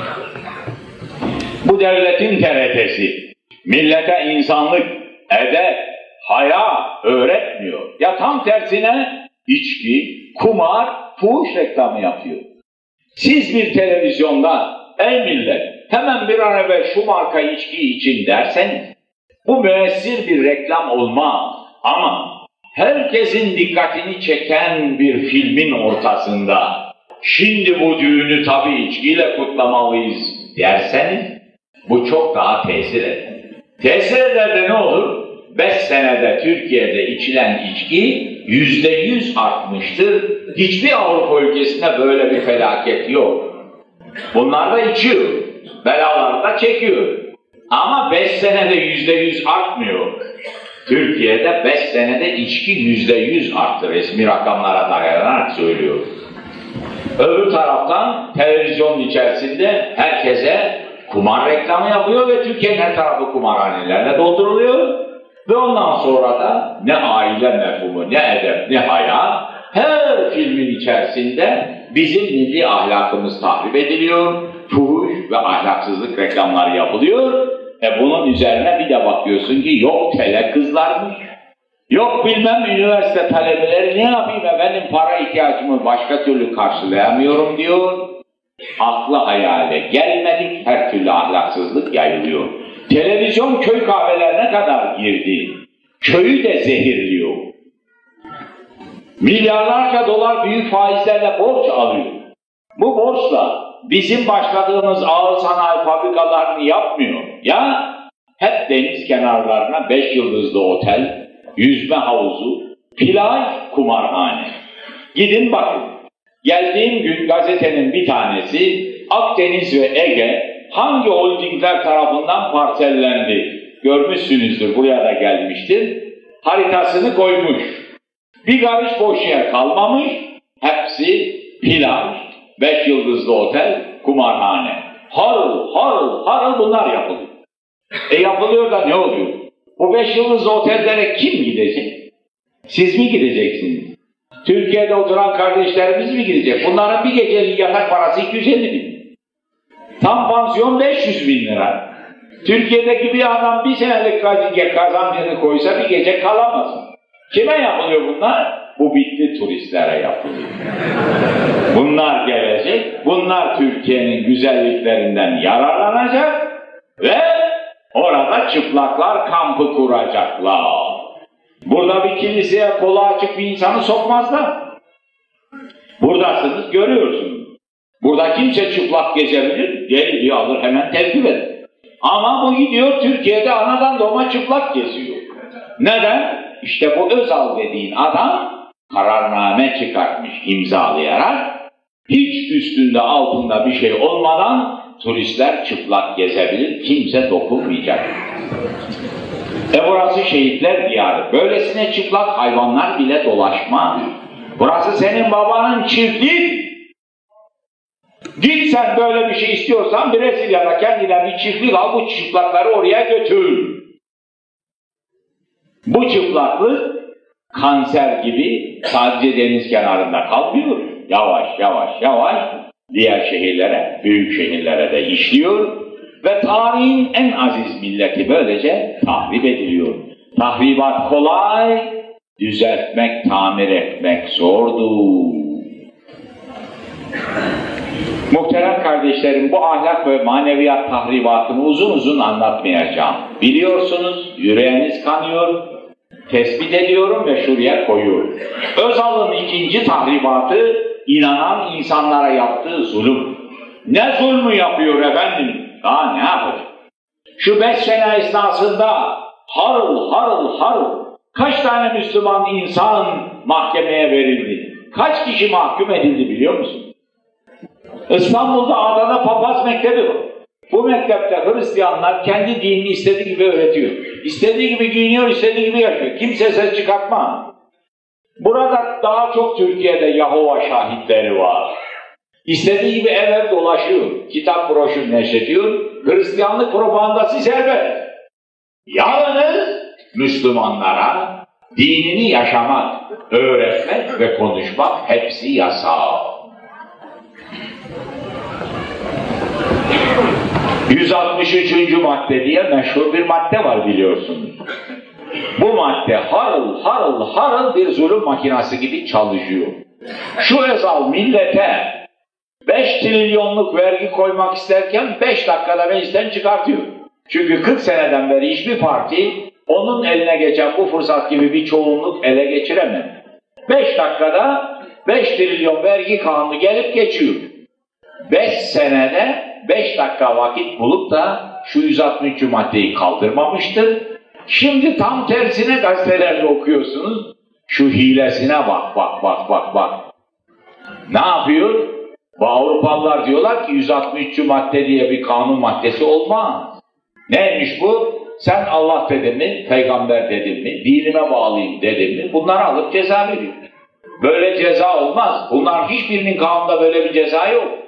Bu devletin TRT'si millete insanlık, edep, haya öğretmiyor. Ya tam tersine içki, kumar, fuhuş reklamı yapıyor. Siz bir televizyonda ey millet hemen bir an evvel şu marka içki için derseniz bu müessir bir reklam olmaz. Ama herkesin dikkatini çeken bir filmin ortasında şimdi bu düğünü tabii içkiyle kutlamalıyız derseniz bu çok daha tesir eder. Tesir eder de ne olur? 5 senede Türkiye'de içilen içki %100 artmıştır. Hiçbir Avrupa ülkesinde böyle bir felaket yok. Bunlar da içiyor, belalarını da çekiyor. Ama 5 senede %100 artmıyor. Türkiye'de 5 senede içki %100 arttı. Resmi rakamlara dayanarak söylüyor. Öbür taraftan televizyonun içerisinde herkese kumar reklamı yapıyor ve Türkiye'nin her tarafı kumarhanelerle dolduruluyor. Ve ondan sonra da ne aile mefhumu, ne edep, ne haya, her filmin içerisinde bizim milli ahlakımız tahrip ediliyor, fuhuş ve ahlaksızlık reklamları yapılıyor. Bunun üzerine bir de bakıyorsun ki yok tele kızlarmış, yok bilmem üniversite talebeleri, ne yapayım efendim para ihtiyacımı başka türlü karşılayamıyorum diyor. Aklı hayale gelmedik, her türlü ahlaksızlık yayılıyor. Televizyon köy kahvelerine kadar girdi. Köyü de zehirliyor. Milyarlarca dolar büyük faizlerle borç alıyor. Bu borçla bizim başladığımız ağır sanayi fabrikalarını yapmıyor. Ya hep deniz kenarlarına 5 yıldızlı otel, yüzme havuzu, plaj, kumarhane. Gidin bakın. Geldiğim gün gazetenin bir tanesi Akdeniz ve Ege hangi holdingler tarafından parsellendi? Görmüşsünüzdür, buraya da gelmiştir. Haritasını koymuş. Bir karış boş yer kalmamış. Hepsi plaj, 5 yıldızlı otel, kumarhane. Harıl harıl bunlar yapılıyor. Yapılıyor da ne oluyor? Bu 5 yıldızlı otellere kim gidecek? Siz mi gideceksiniz? Türkiye'de oturan kardeşlerimiz mi gidecek? Bunların bir gecelik yatak parası 250 bin. Tam pansiyon 500 bin lira. Türkiye'deki bir adam bir senelik kazancını koysa bir gece kalamaz. Kime yapılıyor bunlar? Bu bitti turistlere yapılıyor. Bunlar gelecek, bunlar Türkiye'nin güzelliklerinden yararlanacak ve orada çıplaklar kampı kuracaklar. Burada bir kiliseye kolu açık bir insanı sokmazlar. Buradasınız, görüyorsunuz. Burada kimse çıplak gezebilir, deli alır hemen tevkif eder. Ama bu gidiyor Türkiye'de anadan doğma çıplak geziyor. Neden? İşte bu Özal dediğin adam kararname çıkartmış imzalayarak, hiç üstünde altında bir şey olmadan turistler çıplak gezebilir, kimse dokunmayacak. Burası şehitler diyarı. Böylesine çıplak hayvanlar bile dolaşmaz. Burası senin babanın çiftliği. Git sen böyle bir şey istiyorsan Brezilya'da kendine bir çiftlik al, bu çıplakları oraya götür. Bu çıplaklık kanser gibi sadece deniz kenarında kalmıyor. Yavaş yavaş diğer şehirlere, büyük şehirlere de işliyor ve tarihin en aziz milleti böylece tahrip ediliyor. Tahribat kolay, düzeltmek, tamir etmek zordur. Muhterem kardeşlerim, bu ahlak ve maneviyat tahribatını uzun uzun anlatmayacağım. Biliyorsunuz, yüreğiniz kanıyor, tespit ediyorum ve şuraya koyuyorum. Özal'ın ikinci tahribatı, inanan insanlara yaptığı zulüm. Ne zulmü yapıyor efendim? Daha ne yapacak? Şu 5 sene esnasında harıl kaç tane Müslüman insan mahkemeye verildi? Kaç kişi mahkum edildi biliyor musun? İstanbul'da adada papaz mektebi var. Bu mektepte Hristiyanlar kendi dinini istediği gibi öğretiyor. İstediği gibi giyiniyor, istediği gibi yaşıyor. Kimse ses çıkartmaz. Burada daha çok Türkiye'de Yahova şahitleri var. İstediği gibi ev dolaşıyor. Kitap broşür neşrediyor. Hristiyanlık propagandası serbest. Yalnız Müslümanlara dinini yaşamak, öğretmek ve konuşmak hepsi yasak. 163. madde diye meşhur bir madde var biliyorsunuz. Bu madde harıl bir zulüm makinası gibi çalışıyor. Şu Özal millete 5 trilyonluk vergi koymak isterken 5 dakikada meclisten çıkartıyor. Çünkü 40 seneden beri hiçbir parti onun eline geçen bu fırsat gibi bir çoğunluk ele geçiremedi. 5 dakikada 5 trilyon vergi kanunu gelip geçiyor. 5 senede 5 dakika vakit bulup da şu 163. maddeyi kaldırmamıştır. Şimdi tam tersine gazetelerde okuyorsunuz. Şu hilesine bak. Ne yapıyor? Bu Avrupalılar diyorlar ki 163. madde diye bir kanun maddesi olmaz. Neymiş bu? Sen Allah dedin mi, peygamber dedin mi, dinime bağlıyım dedin mi, bunları alıp ceza veriyor. Böyle ceza olmaz. Bunlar hiçbirinin kanunda böyle bir ceza yok.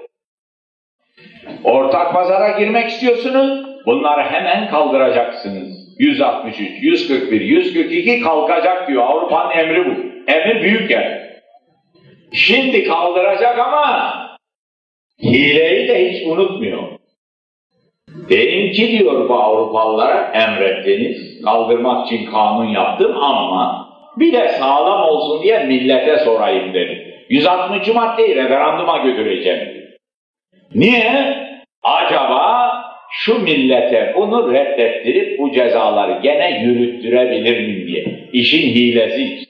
Ortak pazara girmek istiyorsunuz, bunları hemen kaldıracaksınız. 163, 141, 142 kalkacak diyor. Avrupa'nın emri bu. Emir büyük yer. Şimdi kaldıracak ama hileyi de hiç unutmuyor. Benimki diyor bu Avrupalılara emrettiniz, kaldırmak için kanun yaptım ama bir de sağlam olsun diye millete sorayım dedim. 160. maddeyi referanduma götüreceğim. Niye? Acaba şu millete bunu reddettirip bu cezaları gene yürüttürebilir miyim diye. İşin hilesi.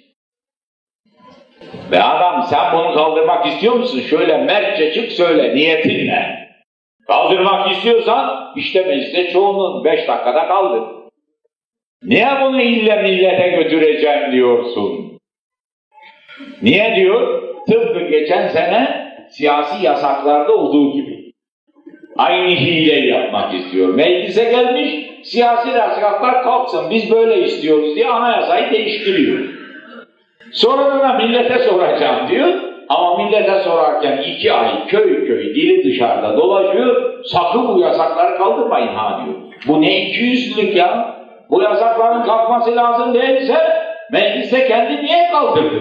Ve adam sen bunu kaldırmak istiyor musun? Şöyle mertçe çık söyle niyetinle. Kaldırmak istiyorsan işte mecliste çoğunluğun 5 dakikada kaldır. Niye bunu ille millete götüreceğim diyorsun? Niye diyor? Tıpkı geçen sene siyasi yasaklarda olduğu gibi. Aynı hileyi yapmak istiyor. Meclise gelmiş, siyasi yasaklar kalksın, biz böyle istiyoruz diye anayasayı değiştiriyor. Sonra da millete soracağım diyor. Ama millete sorarken 2 ay köy köy dili dışarıda dolaşıyor. Sakın bu yasakları kaldırmayın ha diyor. Bu ne 200'lük ya? Bu yasakların kalkması lazım değilse meclise kendi niye kaldırdı?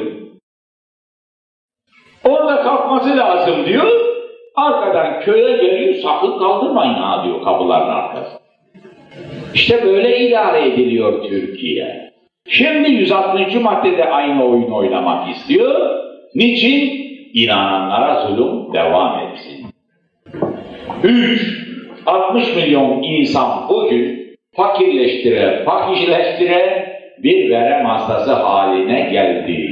Orada kalkması lazım diyor. Arkadan köye geliyor, sakın kaldırmayın ha diyor kapıların arkası. İşte böyle idare ediliyor Türkiye. Şimdi 160. maddede aynı oyunu oynamak istiyor. Niçin? İnananlara zulüm devam etsin. 3. 60 milyon insan bugün fakirleştire bir verem hastası haline geldi.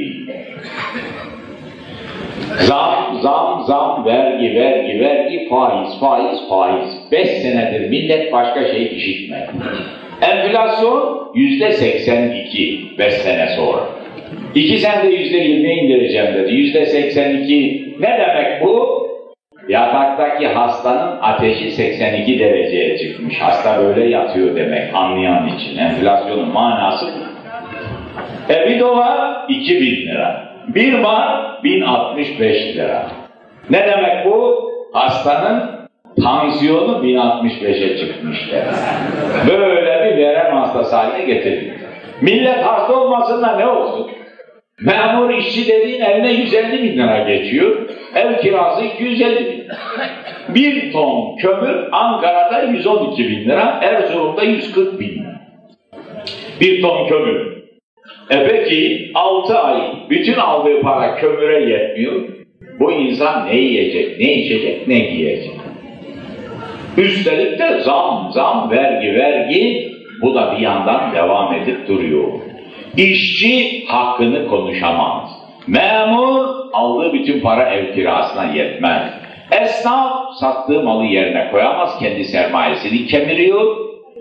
Zam, vergi, faiz. 5 senedir millet başka şey işitmedi. Enflasyon %82 5 sene sonra. 2 senede %20'ye indireceğim dedi. %82 ne demek bu? Yataktaki hastanın ateşi 82 dereceye çıkmış. Hasta böyle yatıyor demek anlayan için. Enflasyonun manası bu. Bir dolar 2000 lira. 1 mark 1065 lira. Ne demek bu? Hastanın tansiyonu 1065'e çıkmış demek. Böyle bir verem hastası haline getirdik. Millet hasta olmasında ne olsun? Memur işçi dediğin eline 150 bin lira geçiyor. Ev kirası 250 bin lira. 1 ton kömür Ankara'da 112 bin lira, Erzurum'da 140 bin lira. 1 ton kömür. Peki 6 ay bütün aldığı para kömüre yetmiyor. Bu insan ne yiyecek, ne içecek, ne giyecek? Üstelik de zam, vergi, bu da bir yandan devam edip duruyor. İşçi hakkını konuşamaz. Memur aldığı bütün para ev kirasına yetmez. Esnaf sattığı malı yerine koyamaz, kendi sermayesini kemiriyor.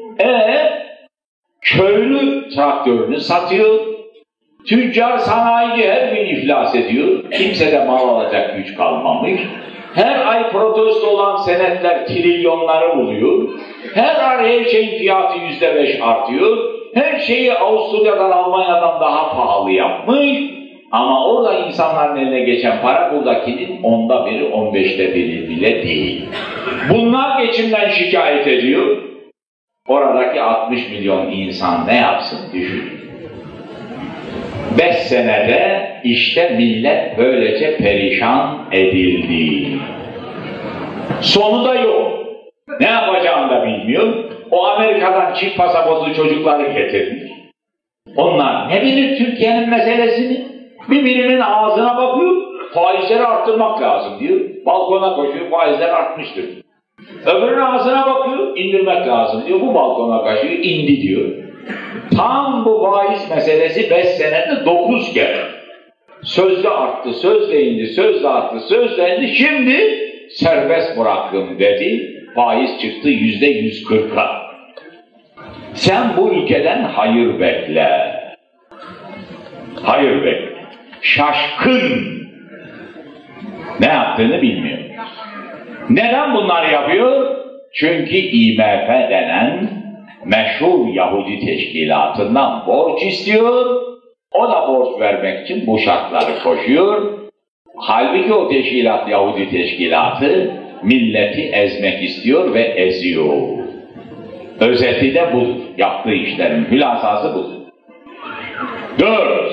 Köylü traktörünü satıyor. Tüccar, sanayici her gün iflas ediyor. Kimse de mal alacak güç kalmamış. Her ay protesto olan senetler trilyonları buluyor. Her şeyin fiyatı %5 artıyor. Her şeyi Avusturya'dan, Almanya'dan daha pahalı yapmış. Ama orada insanların eline geçen para buradakinin 10'da biri, 15'te biri bile değil. Bunlar geçimden şikayet ediyor. Oradaki 60 milyon insan ne yapsın düşün. 5 senede işte millet böylece perişan edildi. Sonu da yok. Ne yapacağını da bilmiyor. O Amerika'dan çift pasaportlu çocukları getirmiş. Onlar ne bilir Türkiye'nin meselesini? Birinin ağzına bakıyor, faizleri arttırmak lazım diyor. Balkona koşuyor, faizler artmıştır. Öbürünün ağzına bakıyor, indirmek lazım diyor. Bu balkona kaçıyor, indi diyor. Tam bu faiz meselesi 5 senede 9 kere. Sözde arttı, sözde indi, sözde arttı, sözde indi. Şimdi serbest bıraktım dedi. Faiz çıktı %140'a. Sen bu ülkeden hayır bekle. Hayır bekle. Şaşkın. Ne yaptığını bilmiyor. Neden bunları yapıyor? Çünkü IMF denen meşhur Yahudi teşkilatından borç istiyor. O da borç vermek için bu şartları koşuyor. Halbuki o teşkilat, Yahudi teşkilatı milleti ezmek istiyor ve eziyor. Özeti de budur. Yaptığı işlerin hülasası budur. 4.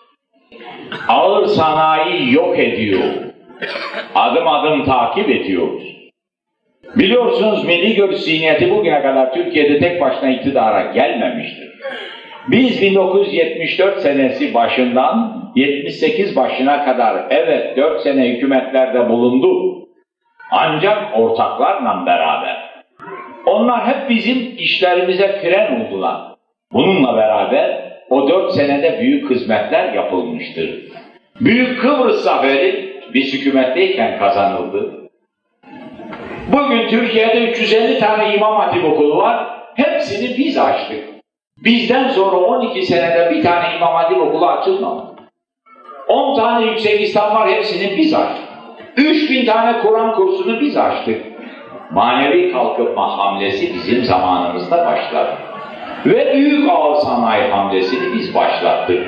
Ağır sanayi yok ediyor. Adım adım takip ediyoruz. Biliyorsunuz Milli Görüş Zihniyeti bugüne kadar Türkiye'de tek başına iktidara gelmemiştir. Biz 1974 senesi başından 78 başına kadar evet 4 sene hükümetlerde bulundu. Ancak ortaklarla beraber. Onlar hep bizim işlerimize fren oldular. Bununla beraber o 4 senede büyük hizmetler yapılmıştır. Büyük Kıbrıs Zaferi biz hükümetteyken kazanıldı. Bugün Türkiye'de 350 tane İmam Hatip okulu var. Hepsini biz açtık. Bizden sonra 12 senede bir tane İmam Hatip okulu açılmadı. 10 tane yüksek İslam var, hepsini biz açtık. 3000 tane Kur'an kursunu biz açtık. Manevi kalkınma hamlesi bizim zamanımızda başladı. Ve büyük ağır sanayi hamlesini biz başlattık.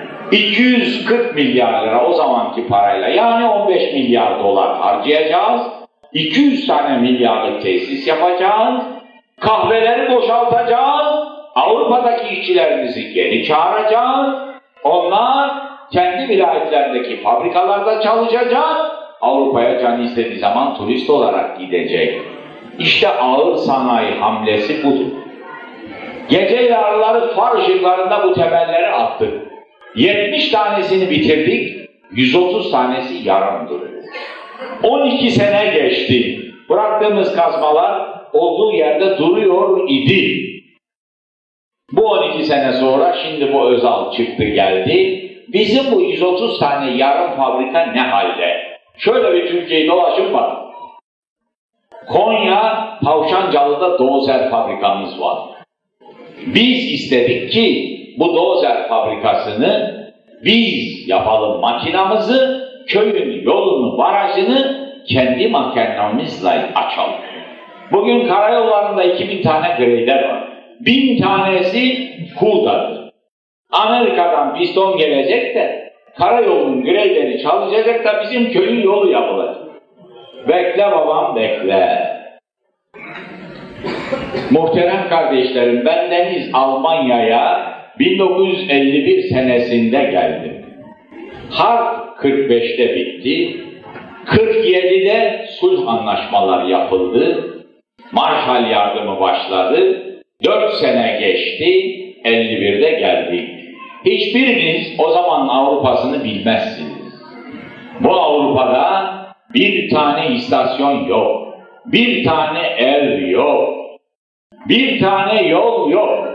240 milyar lira o zamanki parayla, yani 15 milyar dolar harcayacağız. 200 tane milyarlık tesis yapacağız. Kahveleri boşaltacağız. Avrupa'daki işçilerimizi geri çağıracağız. Onlar kendi vilayetlerindeki fabrikalarda çalışacak. Avrupa'ya canı istediği zaman turist olarak gidecek. İşte ağır sanayi hamlesi budur. Gece yarıları far ışıklarında bu temelleri attık. 70 tanesini bitirdik, 130 tanesi yarım duruyor. 12 sene geçti. Bıraktığımız kazmalar olduğu yerde duruyor idi. Bu 12 sene sonra şimdi bu Özal çıktı geldi. Bizim bu 130 tane yarım fabrika ne halde? Şöyle bir Türkiye'yi dolaşıp bak. Konya, Tavşancalı'da dozer fabrikamız var. Biz istedik ki bu dozer fabrikasını biz yapalım, makinamızı, köyün yolunu, barajını kendi makinamızla açalım. Bugün karayollarında 2000 tane grader var. 1000 tanesi Kuda'dır. Amerika'dan piston gelecek de karayolunun graderi çalışacak da bizim köyün yolu yapılacak. Bekle babam bekle. Muhterem kardeşlerim, ben deniz Almanya'ya 1951 senesinde geldim. Harp 45'te bitti. 47'de sulh anlaşmaları yapıldı. Marshall yardımı başladı. 4 sene geçti. 51'de geldik. Hiçbiriniz o zaman Avrupa'sını bilmezsiniz. Bu Avrupa'da bir tane istasyon yok. Bir tane ev yok. Bir tane yol yok.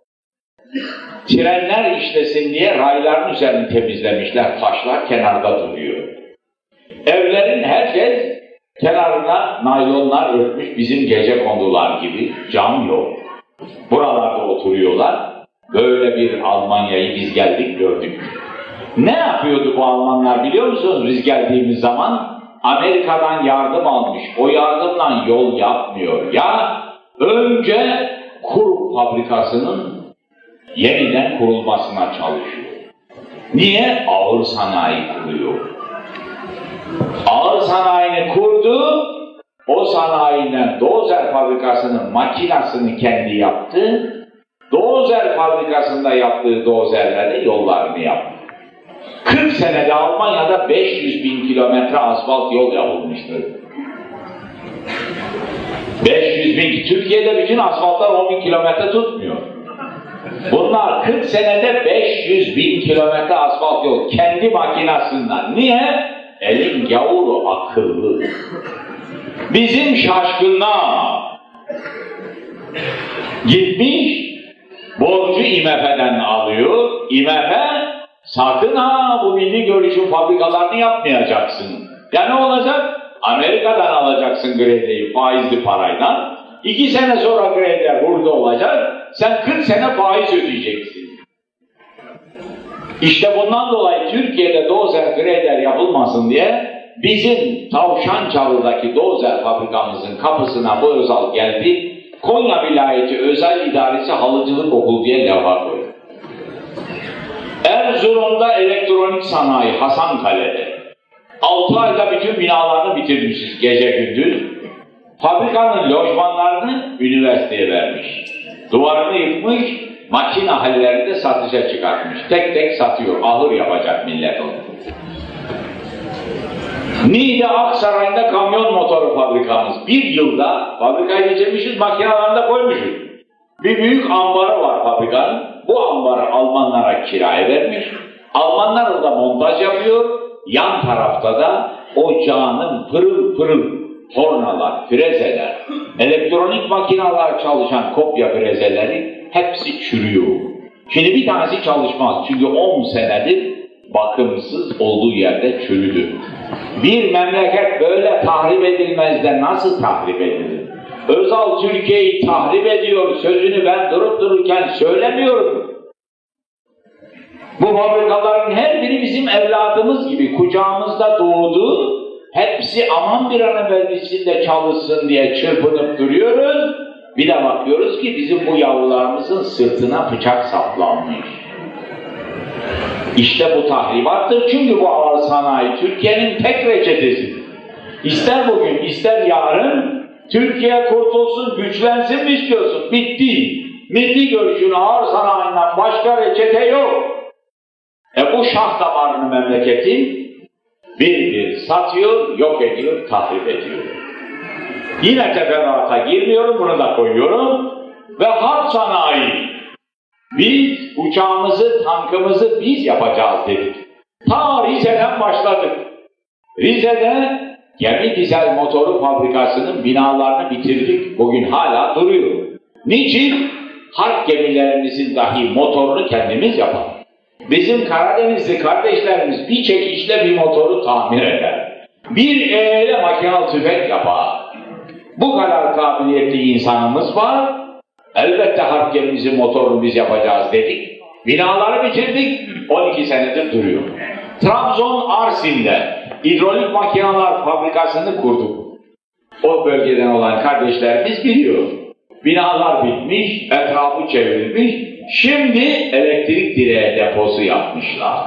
Trenler işlesin diye rayların üzerini temizlemişler. Taşlar kenarda duruyor. Evlerin herkes kenarına naylonlar örtmüş, bizim gecekondular gibi. Cam yok. Buralarda oturuyorlar. Böyle bir Almanya'yı biz geldik gördük. Ne yapıyordu bu Almanlar biliyor musunuz biz geldiğimiz zaman? Amerika'dan yardım almış. O yardımla yol yapmıyor. Ya önce kur fabrikasının yeniden kurulmasına çalışıyor. Niye? Ağır sanayi kuruyor. Ağır sanayini kurdu. O sanayiden dozer fabrikasının makinasını kendi yaptı. Dozer fabrikasında yaptığı dozerlerle yollarını yaptı. 40 senede Almanya'da 500 bin kilometre asfalt yol yapılmıştır. 500 bin, Türkiye'de bütün asfaltlar 10 bin kilometre tutmuyor. Bunlar 40 senede 500 bin kilometre asfalt yol kendi makinasından. Niye? Elin gavuru akıllı. Bizim şaşkınlar gitmiş, borcu IMF'den alıyor. IMF, sakın ha bu milli görüşün fabrikalarını yapmayacaksın. Ya ne olacak? Amerika'dan alacaksın krediyi faizli parayla. 2 sene sonra krediler burada olacak. Sen 40 sene faiz ödeyeceksin. İşte bundan dolayı Türkiye'de dozer krediler yapılmasın diye bizim Tavşancalı'daki dozer fabrikamızın kapısına bu Özal geldi. Konya Vilayeti Özel İdaresi Halıcılık Okulu diye levha koydu. Erzurum'da elektronik sanayi Hasankale'de 6 ayda bütün binalarını bitirmişiz gece gündüz. Fabrikanın lojmanlarını üniversiteye vermiş. Duvarını yıkmış, makine hallerini de satışa çıkartmış. Tek tek satıyor, ahır yapacak millet onu. Niğde Aksaray'da kamyon motoru fabrikamız. Bir yılda fabrikayı bitirmişiz, makinelerini de koymuşuz. Bir büyük ambarı var fabrikanın. Bu ambarı Almanlara kiraya vermiş. Almanlar orada montaj yapıyor. Yan tarafta da ocağının pırıl pırıl tornalar, frezeler, elektronik makineler çalışan kopya frezeleri hepsi çürüyor. Şimdi bir tanesi çalışmaz. Çünkü 10 senedir bakımsız olduğu yerde çürüdü. Bir memleket böyle tahrip edilmez de nasıl tahrip edilir? Özal Türkiye'yi tahrip ediyor sözünü ben durup dururken söylemiyorum. Bu fabrikaların her biri bizim evladımız gibi kucağımızda doğdu. Hepsi aman bir an evvel içinde çalışsın diye çırpınıp duruyoruz. Bir de bakıyoruz ki bizim bu yavrularımızın sırtına bıçak saplanmış. İşte bu tahribattır çünkü bu ağır sanayi Türkiye'nin tek reçetesidir. İster bugün ister yarın Türkiye kurtulsun, güçlensin mi istiyorsun? Bitti. Milli görüşün ağır sanayinden başka reçete yok. Bu şah damarını memleketin bir satıyor, yok ediyor, tahrip ediyor. Yine teferruata girmiyorum, bunu da koyuyorum. Ve harp sanayi. Biz uçağımızı, tankımızı biz yapacağız dedik. Ta Rize'den başladık. Rize'de gemi dizel motoru fabrikasının binalarını bitirdik. Bugün hala duruyor. Niçin? Harp gemilerimizin dahi motorunu kendimiz yapalım. Bizim Karadenizli kardeşlerimiz bir çekişle bir motoru tamir eder. Bir ele makinalı tüfek yapar. Bu kadar kabiliyetli insanımız var. Elbette harp gemimizin motorunu biz yapacağız dedik. Binaları bitirdik. 12 senedir duruyor. Trabzon Arsin'de hidrolik makineler fabrikasını kurduk. O bölgeden olan kardeşlerimiz biliyor. Binalar bitmiş, etrafı çevrilmiş. Şimdi elektrik direği deposu yapmışlar.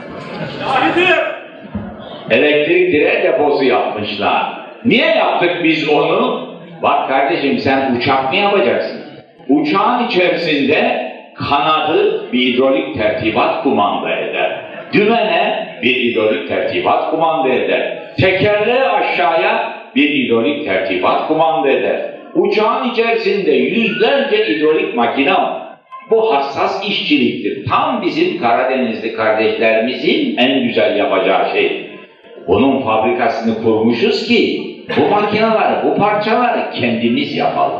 Elektrik direği deposu yapmışlar. Niye yaptık biz onu? Bak kardeşim sen uçak mı yapacaksın? Uçağın içerisinde kanadı bir hidrolik tertibat kumanda eder. Dümene bir hidrolik tertibat kumanda eder. Tekerleği aşağıya bir hidrolik tertibat kumanda eder. Uçağın içerisinde yüzlerce hidrolik makine var. Bu hassas işçiliktir. Tam bizim Karadenizli kardeşlerimizin en güzel yapacağı şey. Bunun fabrikasını kurmuşuz ki bu makineleri, bu parçaları kendimiz yapalım.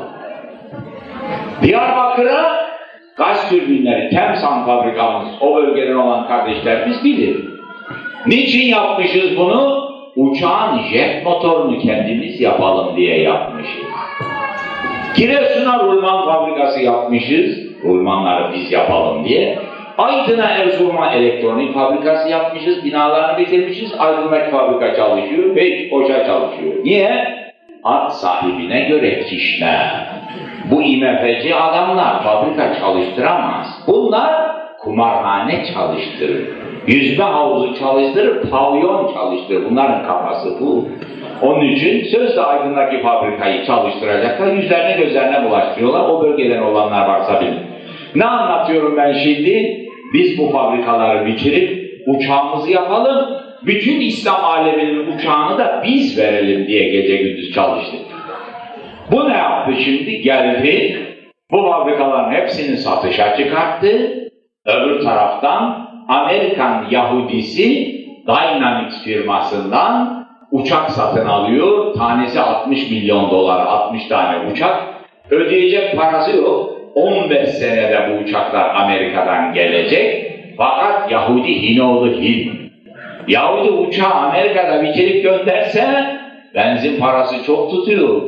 Diyarbakır'a gaz türbinleri, Temsan fabrikamız, o bölgeden olan kardeşlerimiz bilir. Niçin yapmışız bunu? Uçağın jet motorunu kendimiz yapalım diye yapmışız. Giresun'a rulman fabrikası yapmışız, rulmanları biz yapalım diye. Aydın'a, Erzurum'a elektronik fabrikası yapmışız, binalarını bitirmişiz, Aydın'daki fabrika çalışıyor, Beykoş'a çalışıyor. Niye? Ad sahibine göre kişne. Bu IMF'ci adamlar fabrika çalıştıramaz. Bunlar kumarhane çalıştırır. Yüzme havuzu çalıştırır, pavyon çalıştırır. Bunların kafası bu. Onun için sözde Aydın'daki fabrikayı çalıştıracaklar, yüzlerine gözlerine bulaştırıyorlar. O bölgeden olanlar varsa bilin. Ne anlatıyorum ben şimdi? Biz bu fabrikaları bitirip uçağımızı yapalım, bütün İslam aleminin uçağını da biz verelim diye gece gündüz çalıştık. Bu ne yaptı şimdi? Geldi, bu fabrikaların hepsini satışa çıkarttı. Öbür taraftan Amerikan Yahudisi Dynamics firmasından uçak satın alıyor. Tanesi 60 milyon dolar, 60 tane uçak. Ödeyecek parası yok. 15 senede bu uçaklar Amerika'dan gelecek. Fakat Yahudi Hinoğlu Hin. Yahudi uçağı Amerika'da bitirip gönderse benzin parası çok tutuyor.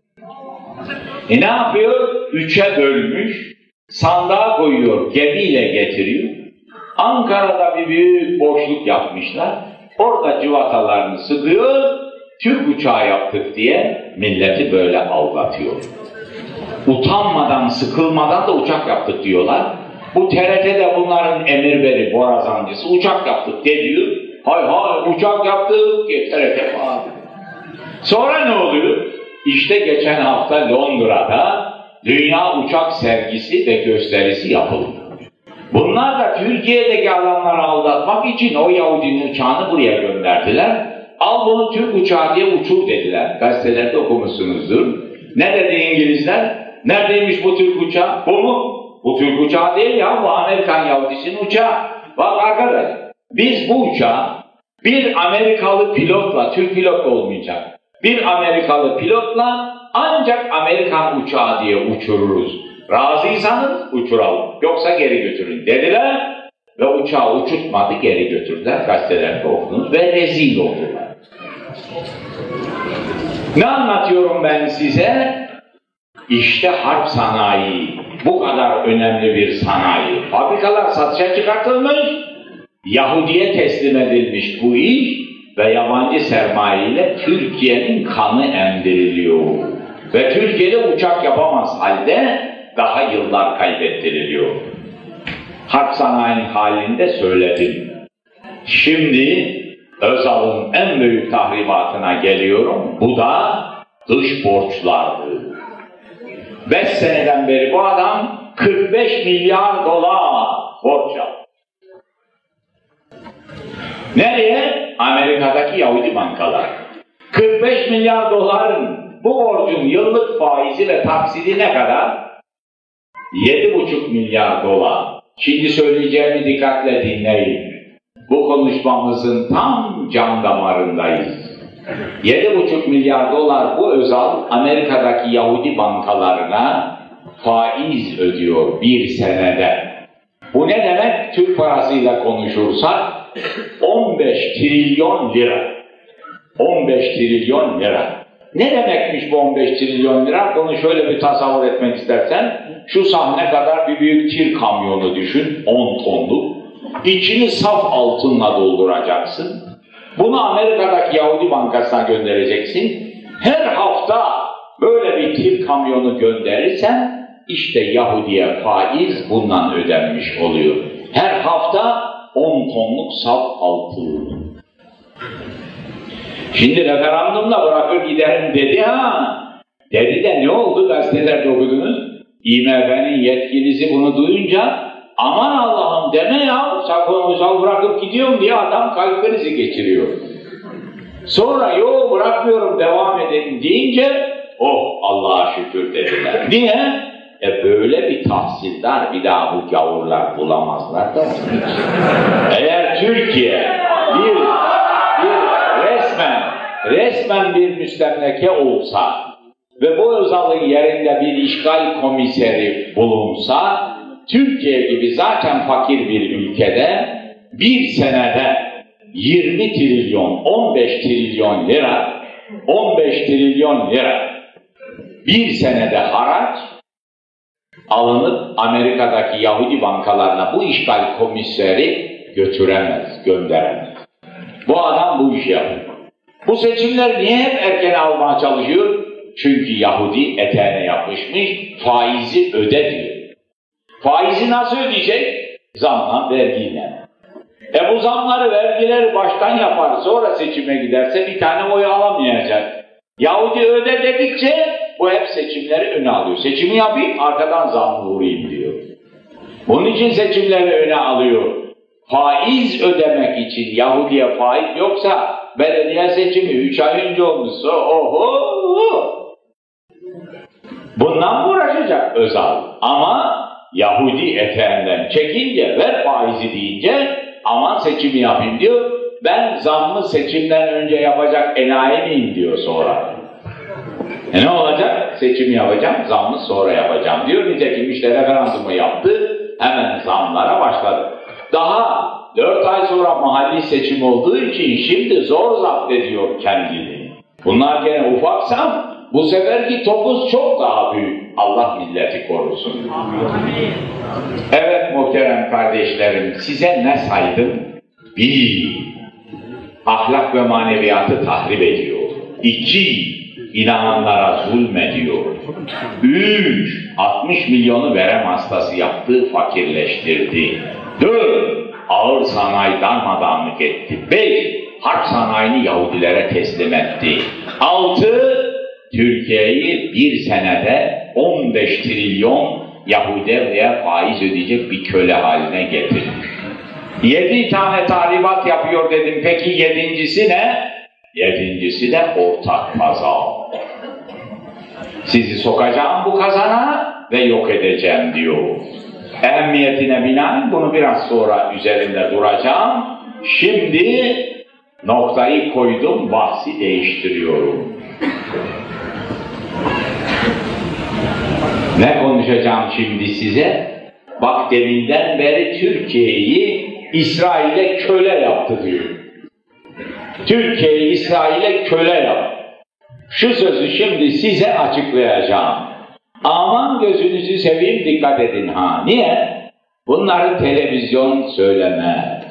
Ne yapıyor? 3'e bölmüş, sandığa koyuyor, gemiyle getiriyor. Ankara'da bir büyük boşluk yapmışlar. Orada cıvatalarını sıkıyor, Türk uçağı yaptık diye milleti böyle aldatıyor. Utanmadan, sıkılmadan da uçak yaptık diyorlar. Bu TRT'de bunların emirveri, borazancısı uçak yaptık diyor. Hay hay uçak yaptık diye TRT falan. Sonra ne oluyor? İşte geçen hafta Londra'da Dünya Uçak Sergisi ve Gösterisi yapıldı. Bunlar da Türkiye'deki adamları aldatmak için o Yahudinin uçağını buraya gönderdiler. Al bunu Türk uçağı diye uçur dediler. Gazetelerde okumuşsunuzdur. Ne dedi İngilizler? Neredeymiş bu Türk uçağı? Bu mu? Bu Türk uçağı değil ya, bu Amerikan Yahudisinin uçağı. Bak arkadaş, biz bu uçağı bir Amerikalı pilotla, Türk pilot olmayacak, bir Amerikalı pilotla ancak Amerikan uçağı diye uçururuz. Razıysanız uçuralım, yoksa geri götürün dediler ve uçağı uçurtmadı, geri götürdüler. Gazetelerde okudunuz ve rezil oldular. Ne anlatıyorum ben size? İşte harp sanayi, bu kadar önemli bir sanayi. Fabrikalar satışa çıkartılmış, Yahudi'ye teslim edilmiş bu iş ve yabancı sermaye ile Türkiye'nin kanı emdiriliyor. Ve Türkiye'de uçak yapamaz halde daha yıllar kaybettiriliyor. Harp sanayinin halinde söyledim. Şimdi Özal'ın en büyük tahribatına geliyorum. Bu da dış borçlardı. 5 seneden beri bu adam 45 milyar dolar borç yaptı. Nereye? Amerika'daki Yahudi bankalar. 45 milyar doların bu borcun yıllık faizi ve taksidi ne kadar? 7,5 milyar dolar. Şimdi söyleyeceğimi dikkatle dinleyin. Bu konuşmamızın tam can damarındayız. 7,5 milyar dolar bu Özal Amerika'daki Yahudi bankalarına faiz ödüyor bir senede. Bu ne demek? Türk parasıyla konuşursak 15 trilyon lira. 15 trilyon lira. Ne demekmiş bu 15 trilyon lira? Bunu şöyle bir tasavvur etmek istersen, şu sahne kadar bir büyük tir kamyonu düşün, 10 tonluk. İçini saf altınla dolduracaksın. Bunu Amerika'daki Yahudi bankasına göndereceksin. Her hafta böyle bir tir kamyonu gönderirsen, işte Yahudi'ye faiz bundan ödenmiş oluyor. Her hafta 10 tonluk saf altın. Şimdi referandumla bırakır giderim dedi ha. Dedi de ne oldu, gazetelerde okudunuz? IMF'nin yetkilisi bunu duyunca aman Allah'ım deme ya, sakın bırakıp gidiyorum diye adam kalp krizi geçiriyor. Sonra yok bırakmıyorum devam edelim deyince oh Allah'a şükür dediler. Niye? Böyle bir tahsildar bir daha bu gavurlar bulamazlar da. Eğer Türkiye bir resmen bir müstemleke olsa ve bu Özal'ın yerinde bir işgal komiseri bulunsa, Türkiye gibi zaten fakir bir ülkede bir senede 20 trilyon, 15 trilyon lira, 15 trilyon lira bir senede haraç alınıp Amerika'daki Yahudi bankalarına bu işgal komiseri götüremez, gönderemez. Bu adam bu işi yapıyor. Bu seçimler niye hep erken almaya çalışıyor? Çünkü Yahudi eteğine yapışmış, faizi öde diyor. Faizi nasıl ödeyecek? Zamla, vergiyle. Bu zamları, vergileri baştan yapar, sonra seçime giderse bir tane oy alamayacak. Yahudi öde dedikçe bu hep seçimleri öne alıyor. Seçimi yapayım, arkadan zamlı vurayım diyor. Bunun için seçimleri öne alıyor. Faiz ödemek için Yahudi'ye faiz yoksa belediye seçimi 3 ay önce olmuşsa oho! Bundan uğraşacak Özal. Ama Yahudi eteğinden çekince, ver faizi deyince aman seçimi yapayım diyor. Ben zammı seçimden önce yapacak enayi miyim diyor sonra. Ne olacak? Seçimi yapacağım, zammı sonra yapacağım diyor. Nitekim işte referandumu yaptı, hemen zamlara başladı. Daha 4 ay sonra mahalli seçim olduğu için şimdi zor zapt ediyor kendini. Bunlar gene ufaksam, bu seferki topuz çok daha büyük. Allah milleti korusun. Evet muhterem kardeşlerim, size ne saydım? 1. Ahlak ve maneviyatı tahrip ediyor. 2. İnananlara zulmediyor. 60 milyonu verem hastası yaptı, fakirleştirdi. 4. Ağır sanayi darmadağınlık etti. 5. Harp sanayini Yahudilere teslim etti. 6. Türkiye'yi bir senede 15 trilyon Yahudi'ye faiz ödeyecek bir köle haline getirdi. 7 tane tahribat yapıyor dedim. Peki 7.'si ne? 7.'si de ortak kazan. Sizi sokacağım bu kazana ve yok edeceğim diyor. Ehemmiyetine binaen bunu biraz sonra üzerinde duracağım. Şimdi noktayı koydum, bahsi değiştiriyorum. Ne konuşacağım şimdi size? Bak deminden beri Türkiye'yi İsrail'e köle yaptı diyor. Türkiye'yi İsrail'e köle yaptı. Şu sözü şimdi size açıklayacağım. Aman gözünüzü seveyim, dikkat edin ha. Niye? Bunları televizyon söylemez.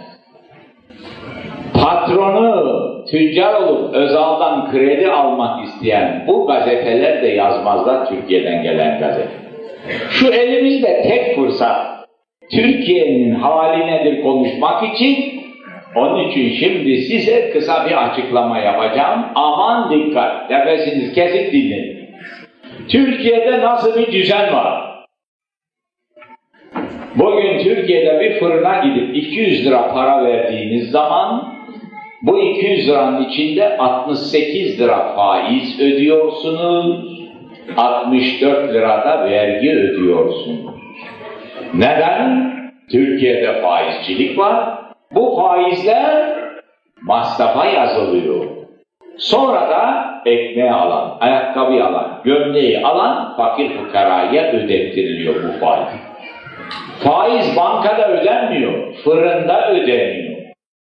Patronu tüccar olup Özal'dan kredi almak isteyen bu gazeteler de yazmazlar, Türkiye'den gelen gazete. Şu elimizde tek fırsat Türkiye'nin hali nedir konuşmak için. Onun için şimdi size kısa bir açıklama yapacağım. Aman dikkat, nefesiniz kesip dinleyin. Türkiye'de nasıl bir düzen var? Bugün Türkiye'de bir fırına gidip 200 lira para verdiğiniz zaman bu 200 liranın içinde 68 lira faiz ödüyorsunuz, 64 lirada vergi ödüyorsunuz. Neden? Türkiye'de faizcilik var. Bu faizler masrafa yazılıyor. Sonra da ekmeği alan, ayakkabıyı alan, gömleği alan fakir fukaraya ödettiriliyor bu faiz. Faiz bankada ödenmiyor, fırında ödeniyor.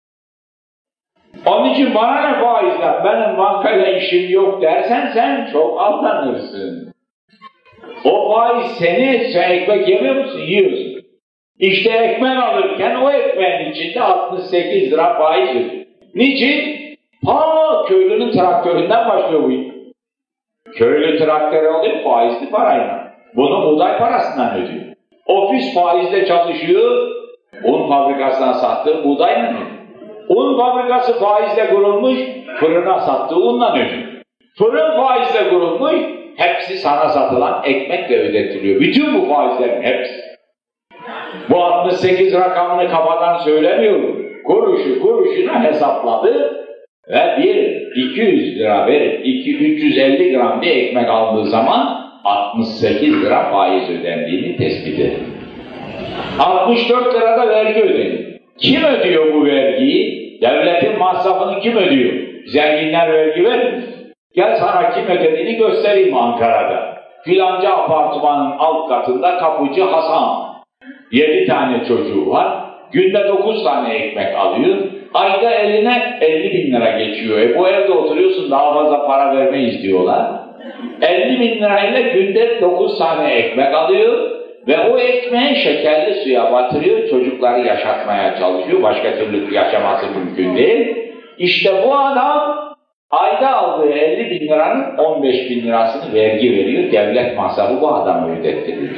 Onun için bana ne faizler, benim bankayla işim yok dersen sen çok aldanırsın. O faiz sen ekmek yemiyor musun? Yiyorsun. İşte ekmek alırken o ekmeğin içinde 68 lira faiz ödüyor. Niçin? Köylünün traktöründen başlıyor bu iş. Köylü traktörü alıyor faizli parayla. Bunu buğday parasından ödüyor. Ofis faizle çalışıyor, un fabrikasından sattığı buğdayla ödüyor. Un fabrikası faizle kurulmuş, fırına sattığı unla ödüyor. Fırın faizle kurulmuş, hepsi sana satılan ekmekle ödetiliyor. Bütün bu faizlerin hepsi. Bu 68 rakamını kafadan söylemiyorum. Kuruşu kuruşuna hesapladı ve 200 lira verip 350 gram bir ekmek aldığı zaman 68 lira faiz ödendiğini tespit edin. 64 lirada vergi ödeniyor. Kim ödüyor bu vergiyi? Devletin masrafını kim ödüyor? Zenginler vergi verir. Gel sana kim ödediğini göstereyim Ankara'da. Filanca apartmanın alt katında kapıcı Hasan. 7 tane çocuğu var. Günde 9 tane ekmek alıyor. Ayda eline 50 bin lira geçiyor. Bu evde oturuyorsun, daha fazla para vermeyiz diyorlar. 50 bin lirayla günde 9 tane ekmek alıyor ve o ekmeği şekerli suya batırıyor, çocukları yaşatmaya çalışıyor. Başka türlü yaşaması mümkün değil. İşte bu adam ayda aldığı 50 bin liranın 15 bin lirasını vergi veriyor. Devlet masrafı bu adamı ödettiriyor.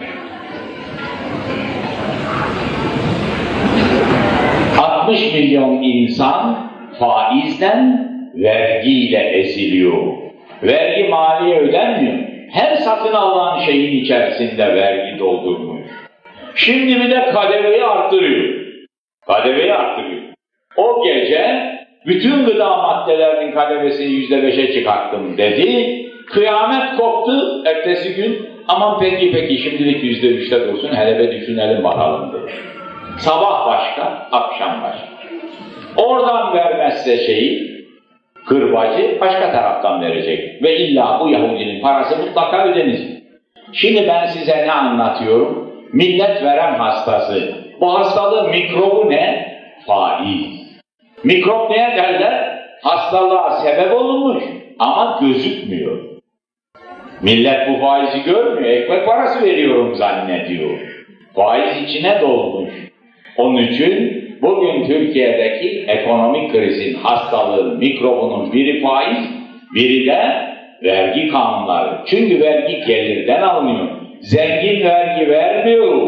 ...60 milyon insan faizden, vergiyle eziliyor. Vergi maliye ödenmiyor. Her satın alınan şeyin içerisinde vergi doldurmuş. Şimdi bir de KDV'yi arttırıyor. KDV'yi arttırıyor. O gece bütün gıda maddelerinin KDV'sini %5'e çıkarttım dedi. Kıyamet koptu. Ertesi gün aman peki şimdilik %3'te dursun, hele bir düşünelim bakalım dedi. Sabah başka, akşam başka. Oradan vermezse kırbacı başka taraftan verecek. Ve illa bu Yahudinin parası mutlaka ödenecek. Şimdi ben size ne anlatıyorum? Millet verem hastası. Bu hastalığın mikrobu ne? Faiz. Mikrop neye derler? Hastalığa sebep olmuş ama gözükmüyor. Millet bu faizi görmüyor. Ekmek parası veriyorum zannediyor. Faiz içine dolmuş. Onun için bugün Türkiye'deki ekonomik krizin, hastalığın, mikrobunun biri faiz, biri de Vergi kanunları. Çünkü vergi gelirden alınıyor. Zengin vergi vermiyor.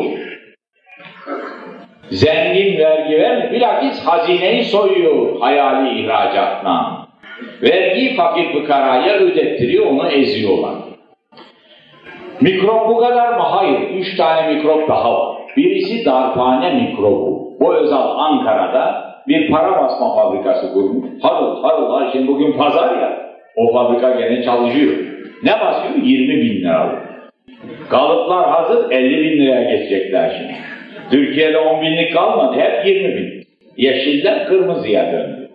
Zengin vergi vermiyor. Bilakis hazineyi soyuyor hayali ihracatla. Vergiyi fakir fıkaraya ödettiriyor, onu eziyorlar. Mikrop bu kadar mı? Hayır. 3 tane mikrop daha var. Birisi darphane mikrobu. Bu Özal Ankara'da bir para basma fabrikası kurmuş. Harıl. Şimdi bugün pazar ya. O fabrika gene çalışıyor. Ne basıyor? 20 bin lira. Kalıplar hazır, 50 bin liraya geçecekler şimdi. Türkiye'de 10 binlik kalmadı, hep 20 bin. Yeşilden kırmızıya döndü.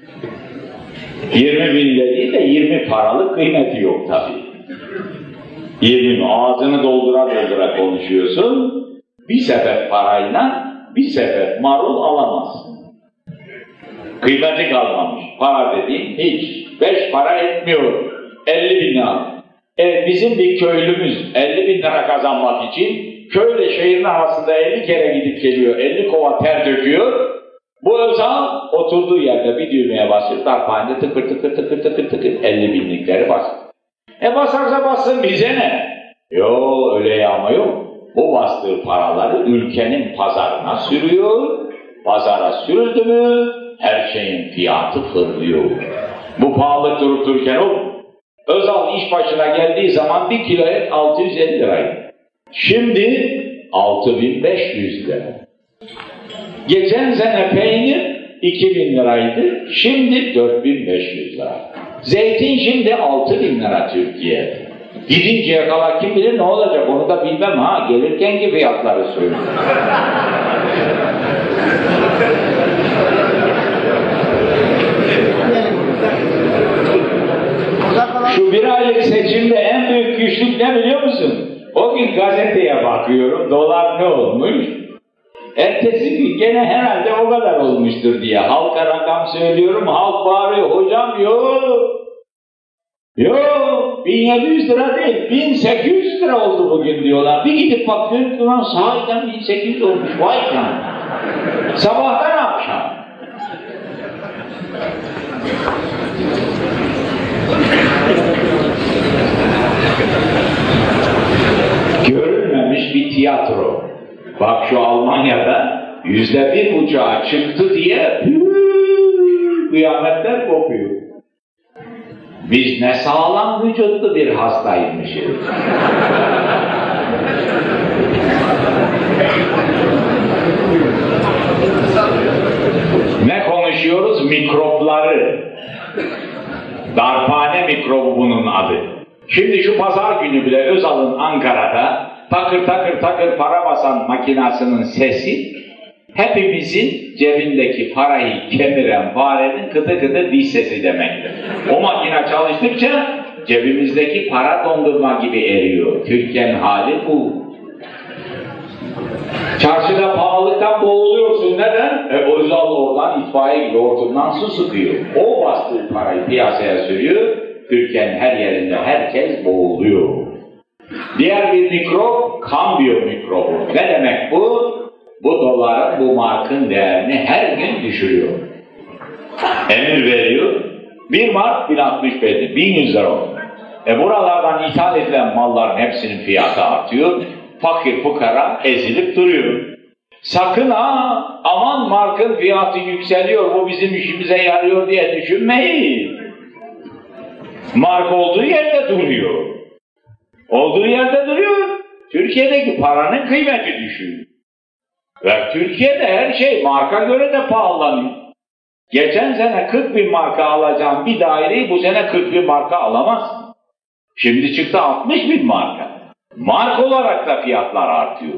20 bin dediği de 20 paralık kıymeti yok tabii. 20 ağzını doldura konuşuyorsun, bir sepet parayla bir sepet marul alamazsın. Kıymeti kalmamış. Para dediğin hiç. 5 para etmiyor. 50 bin lira. Bizim bir köylümüz 50 bin lira kazanmak için köyle şehrin arasında 50 kere gidip geliyor. 50 kova ter döküyor. Bu Özal oturduğu yerde bir düğmeye basıyor. Darphanede tıkır 50 binlikleri basıyor. Basarsa bassın bize ne? Yok öyle yağma yok. O bastığı paraları ülkenin pazarına sürüyor. Pazara sürüldü mü her şeyin fiyatı fırlıyor. Bu pahalı durup dururken o Özal iş başına geldiği zaman 1 kilo et 650 liraydı. Şimdi 6500 lira. Geçen sene peynir 2000 liraydı. Şimdi 4500 lira. Zeytin şimdi 6000 lira Türkiye'de. Gidinceye kadar kim bilir ne olacak onu da bilmem ha. Gelirkenki fiyatları söylüyor. Şu bir aylık seçimde en büyük güçlük ne biliyor musun? O gün gazeteye bakıyorum, dolar ne olmuş? Ertesi gün gene herhalde o kadar olmuştur diye halka rakam söylüyorum, halk bağırıyor, hocam yok. Yok, 1700 lira değil, 1800 lira oldu bugün diyorlar. Bir gidip bakıyorum, ulan sahiden 1800 olmuş, vay canına. Sabahtan akşam. Görülmemiş bir tiyatro. Bak şu Almanya'da %1,5'a çıktı diye kıyametler kopuyor. Biz ne sağlam vücutlu bir hastaymışız. Ne konuşuyoruz? Mikropları. Darphane mikrobu bunun adı. Şimdi şu pazar günü bile Özal'ın Ankara'da takır para basan makinasının sesi hepimizin cebindeki parayı kemiren farenin kıtı diş sesi demektir. O makine çalıştıkça cebimizdeki para dondurma gibi eriyor. Türkiye'nin hali bu. Çarşıda pahalılıktan boğuluyorsun. Neden? Özal oradan itfaiye gibi hortumdan su sıkıyor. O bastığı parayı piyasaya sürüyor. Türkiye'nin her yerinde herkes boğuluyor. Diğer bir mikrop, kambiyo mikrobu. Ne demek bu? Bu doların, bu markın değerini her gün düşürüyor. Emir veriyor. 1 mark 1065'dir. 1100 lira oldu. Buralardan ithal edilen malların hepsinin fiyatı artıyor. Fakir fukara ezilip duruyor. Sakın ha, aman markın fiyatı yükseliyor, bu bizim işimize yarıyor diye düşünmeyin. Mark olduğu yerde duruyor. Olduğu yerde duruyor. Türkiye'deki paranın kıymeti düşüyor. Ve Türkiye'de her şey marka göre de pahalanıyor. Geçen sene 40 bin marka alacağım bir daireyi bu sene 40 bin marka alamazsın. Şimdi çıktı 60 bin marka. Mark olarak da fiyatlar artıyor.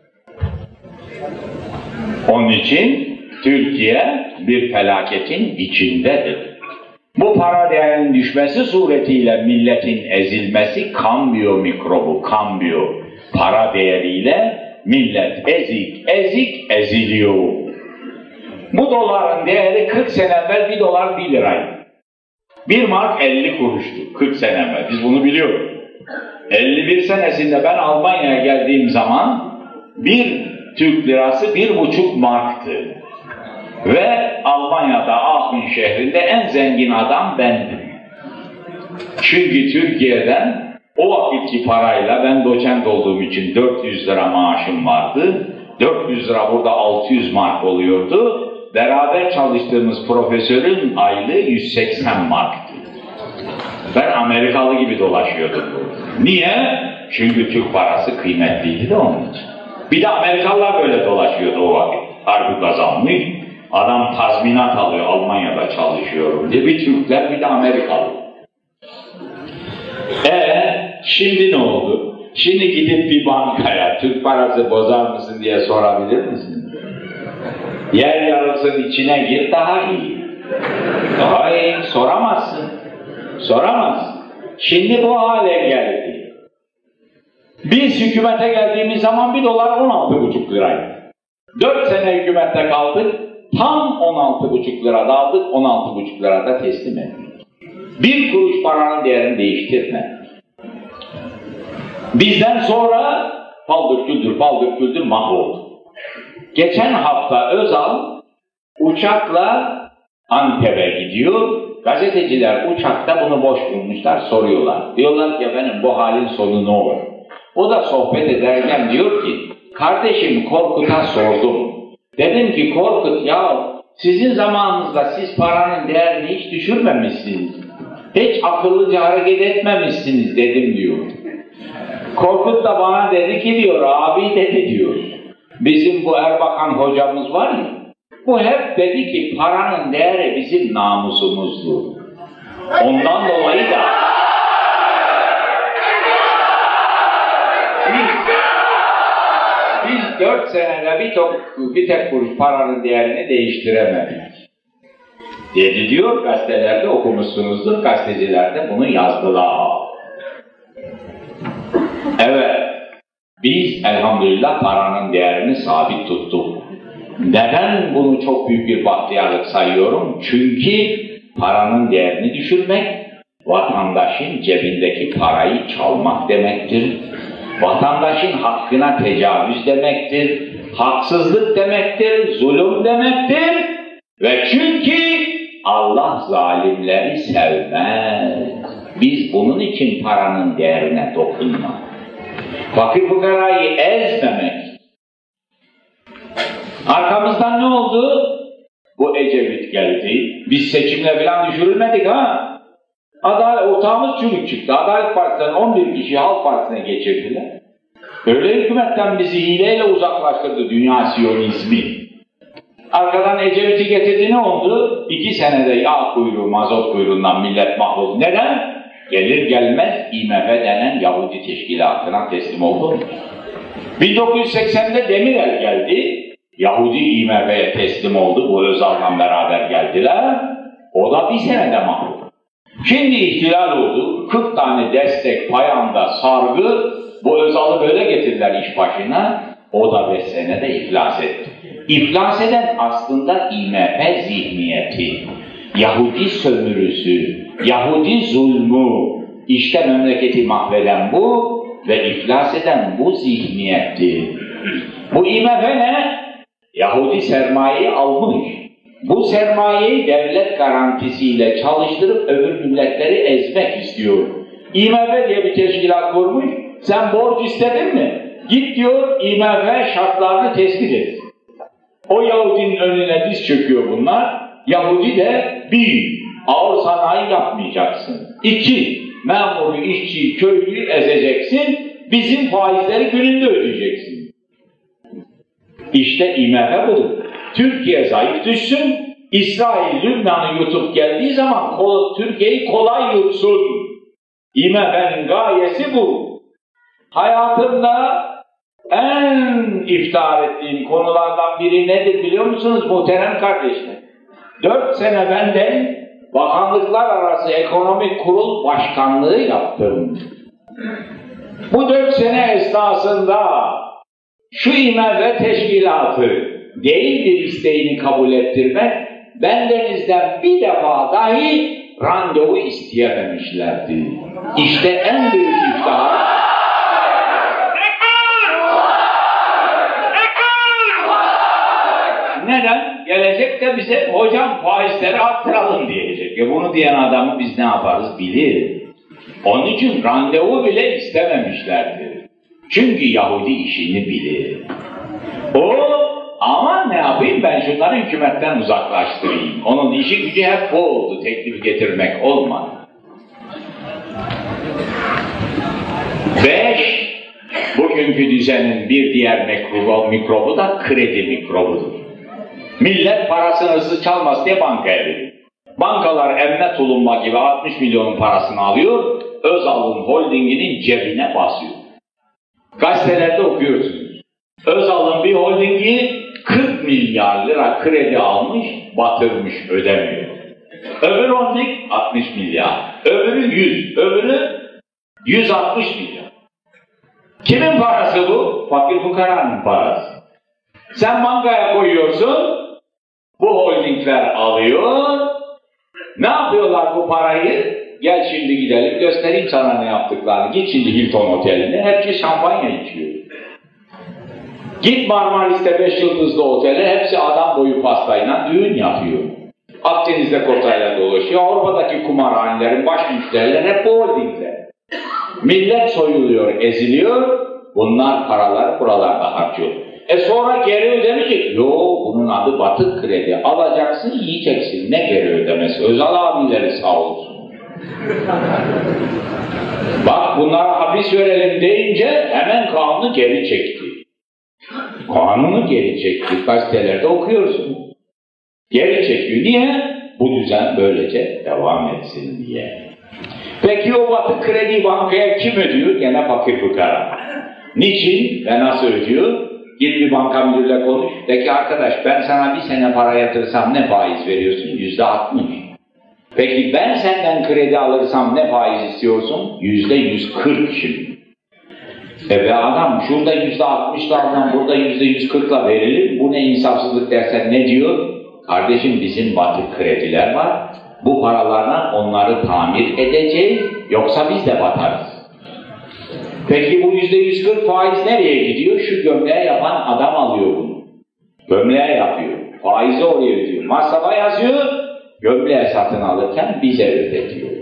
Onun için Türkiye bir felaketin içindedir. Bu para değerinin düşmesi suretiyle milletin ezilmesi kambiyo mikrobu, kambiyo. Para değeriyle millet ezik eziliyor. Bu doların değeri 40 sene evvel 1 dolar 1 liraydı. 1 mark 50 kuruştu 40 sene evvel. Biz bunu biliyoruz. 51 senesinde ben Almanya'ya geldiğim zaman 1 Türk lirası 1,5 marktı. Ve Almanya'da Aachen şehrinde en zengin adam bendim. Çünkü Türkiye'den o vakitki parayla, ben doçent olduğum için 400 lira maaşım vardı. 400 lira burada 600 mark oluyordu. Beraber çalıştığımız profesörün aylığı 180 marktı. Ben Amerikalı gibi dolaşıyordum. Niye? Çünkü Türk parası kıymetliydi de onun için. Bir de Amerikalılar böyle dolaşıyordu o vakit. Harbi kazanmış. Adam tazminat alıyor, Almanya'da çalışıyorum diye. Bir Türkler, bir de Amerikalı. Şimdi ne oldu? Şimdi gidip bir bankaya Türk parası bozar mısın diye sorabilir misin? Yer yarılsın içine gir, daha iyi. Daha iyi, soramazsın. Soramazsın. Şimdi bu hale geldi. Biz hükümete geldiğimiz zaman $1 16,5 liraydı. 4 sene hükümette kaldık, tam 16,5 lirada aldık, 16,5 lirada teslim ettik. 1 kuruş paranın değerini değiştirme. Bizden sonra paldır küldür mahvoldu. Geçen hafta Özal uçakla Antep'e gidiyor. Gazeteciler uçakta bunu boş bulmuşlar, soruyorlar. Diyorlar ki efendim bu halin sonu ne olur? O da sohbet ederken diyor ki, kardeşim Korkut'a sordum. Dedim ki Korkut ya sizin zamanınızda siz paranın değerini hiç düşürmemişsiniz. Hiç akıllıca hareket etmemişsiniz dedim diyor. Korkut da bana dedi ki diyor, abi dedi diyor. Bizim bu Erbakan hocamız var ya, bu hep dedi ki paranın değeri bizim namusumuzdur. Ondan dolayı da biz 4 senede bir tek kuruş paranın değerini değiştiremedik. Dedi diyor, gazetelerde okumuşsunuzdur, gazeteciler de bunu yazdılar. Evet, biz elhamdülillah paranın değerini sabit tuttuk. Neden bunu çok büyük bir bahtiyarlık sayıyorum? Çünkü paranın değerini düşürmek, vatandaşın cebindeki parayı çalmak demektir. Vatandaşın hakkına tecavüz demektir. Haksızlık demektir, zulüm demektir. Ve çünkü Allah zalimleri sevmez. Biz bunun için paranın değerine dokunmak. Fakir fukarayı ezmemek. Arkamızdan ne oldu? Bu Ecevit geldi. Biz seçimle falan düşürülmedik ha. Ortağımız çürük çıktı. Adalet Partisi'nden 11 kişi Halk Partisi'ne geçirdiler. Öyle hükümetten bizi hileyle uzaklaştırdı dünya siyonizmi. Arkadan Ecevit'i getirdi, ne oldu? 2 senede yağ kuyruğu, mazot kuyruğundan millet mahvoldu. Neden? Gelir gelmez IMF denen Yahudi teşkilatına teslim oldu. 1980'de Demirel geldi. Yahudi IMF'ye teslim oldu. Bu Özal'la beraber geldiler. O da 1 senede mahvoldu. Şimdi ihtilal oldu. 40 tane destek, payanda, sargı. Bu Özal'ı böyle getirdiler iş başına. O da 5 senede iflas etti. İflas eden aslında IMF zihniyeti. Yahudi sömürüsü, Yahudi zulmü. İşte memleketi mahveden bu ve iflas eden bu zihniyetti. Bu IMF ne? Yahudi sermayeyi almış. Bu sermayeyi devlet garantisiyle çalıştırıp öbür milletleri ezmek istiyor. IMF diye bir teşkilat kurmuş. Sen borç istedin mi? Git diyor, IMF şartlarını tespit et. O Yahudinin önüne diz çöküyor bunlar. Yahudi de 1. Ağır sanayi yapmayacaksın. 2. Memuru, işçiyi, köylüyü ezeceksin. Bizim faizleri gününde ödeyeceksin. İşte IMF bu. Türkiye zayıf düşsün. İsrail, Lübnan'ı yutup geldiği zaman Türkiye'yi kolay yutsun. IMF'nin gayesi bu. Hayatımda en iftihar ettiğim konulardan biri nedir biliyor musunuz muhterem kardeşler? 4 sene benden Bakanlıklar Arası Ekonomik Kurul Başkanlığı yaptım. Bu 4 sene esnasında şu IMF teşkilatı değil bir isteğini kabul ettirmek, bendenizden bir defa dahi randevu isteyememişlerdi. İşte en büyük iftihar. Neden? Gelecek de bize hocam faizleri arttıralım diyecek. Bunu diyen adamı biz ne yaparız bilir. Onun için randevu bile istememişlerdir. Çünkü Yahudi işini bilir. O aman ne yapayım ben şunları hükümetten uzaklaştırayım. Onun işi gücü hep bu oldu, teklif getirmek olmadı. 5. Bugünkü düzenin bir diğer mikrobu da kredi mikrobudur. Millet parasını hırsız çalmaz diye bankaya veriyor. Bankalar emne tulumba gibi 60 milyonun parasını alıyor, Özal'ın holdinginin cebine basıyor. Gazetelerde okuyorsunuz. Özal'ın bir holdingi 40 milyar lira kredi almış, batırmış, ödemiyor. Öbür holding 60 milyar, öbürü 100, öbürü 160 milyar. Kimin parası bu? Fakir fukaranın parası. Sen bankaya koyuyorsun, bu holdingler alıyor. Ne yapıyorlar bu parayı? Gel şimdi gidelim, göstereyim sana ne yaptıklarını. Git şimdi Hilton Oteli'ne, hepsi şampanya içiyor. Git Marmaris'te 5 yıldızlı otele, hepsi adam boyu pastayla düğün yapıyor. Akdeniz'de kotayla dolaşıyor, Avrupa'daki kumarhanelerin baş müşterileri hep bu holdingler. Millet soyuluyor, eziliyor, bunlar paraları buralarda harcıyor. Sonra geri ödemeyecek. Yo, bunun adı batık kredi. Alacaksın, yiyeceksin. Ne geri ödemesi? Özal abileri sağ olsun. Bak bunlara hapis verelim deyince hemen kanunu geri çekti. Kanunu geri çekti. Gazetelerde okuyorsun. Geri çekiyor. Niye? Bu düzen böylece devam etsin diye. Peki o batık kredi bankaya kim ödüyor? Gene fakir fukara. Niçin ve nasıl ödüyor? Git bir banka müdürüyle konuş. De ki arkadaş ben sana bir sene para yatırsam ne faiz veriyorsun? %60. Peki ben senden kredi alırsam ne faiz istiyorsun? %140 şimdi. Be adam şurada %60'lardan burada %140'la verilir. Bu ne insafsızlık dersen ne diyor? Kardeşim bizim batık krediler var. Bu paralarla onları tamir edeceğiz. Yoksa biz de batarız. Peki bu %140 faiz nereye gidiyor? Şu gömleğe yapan adam alıyor bunu. Gömleğe yapıyor. Faizi oraya ödüyor. Masrafa yazıyor. Gömleğe satın alırken bize ödetiyor.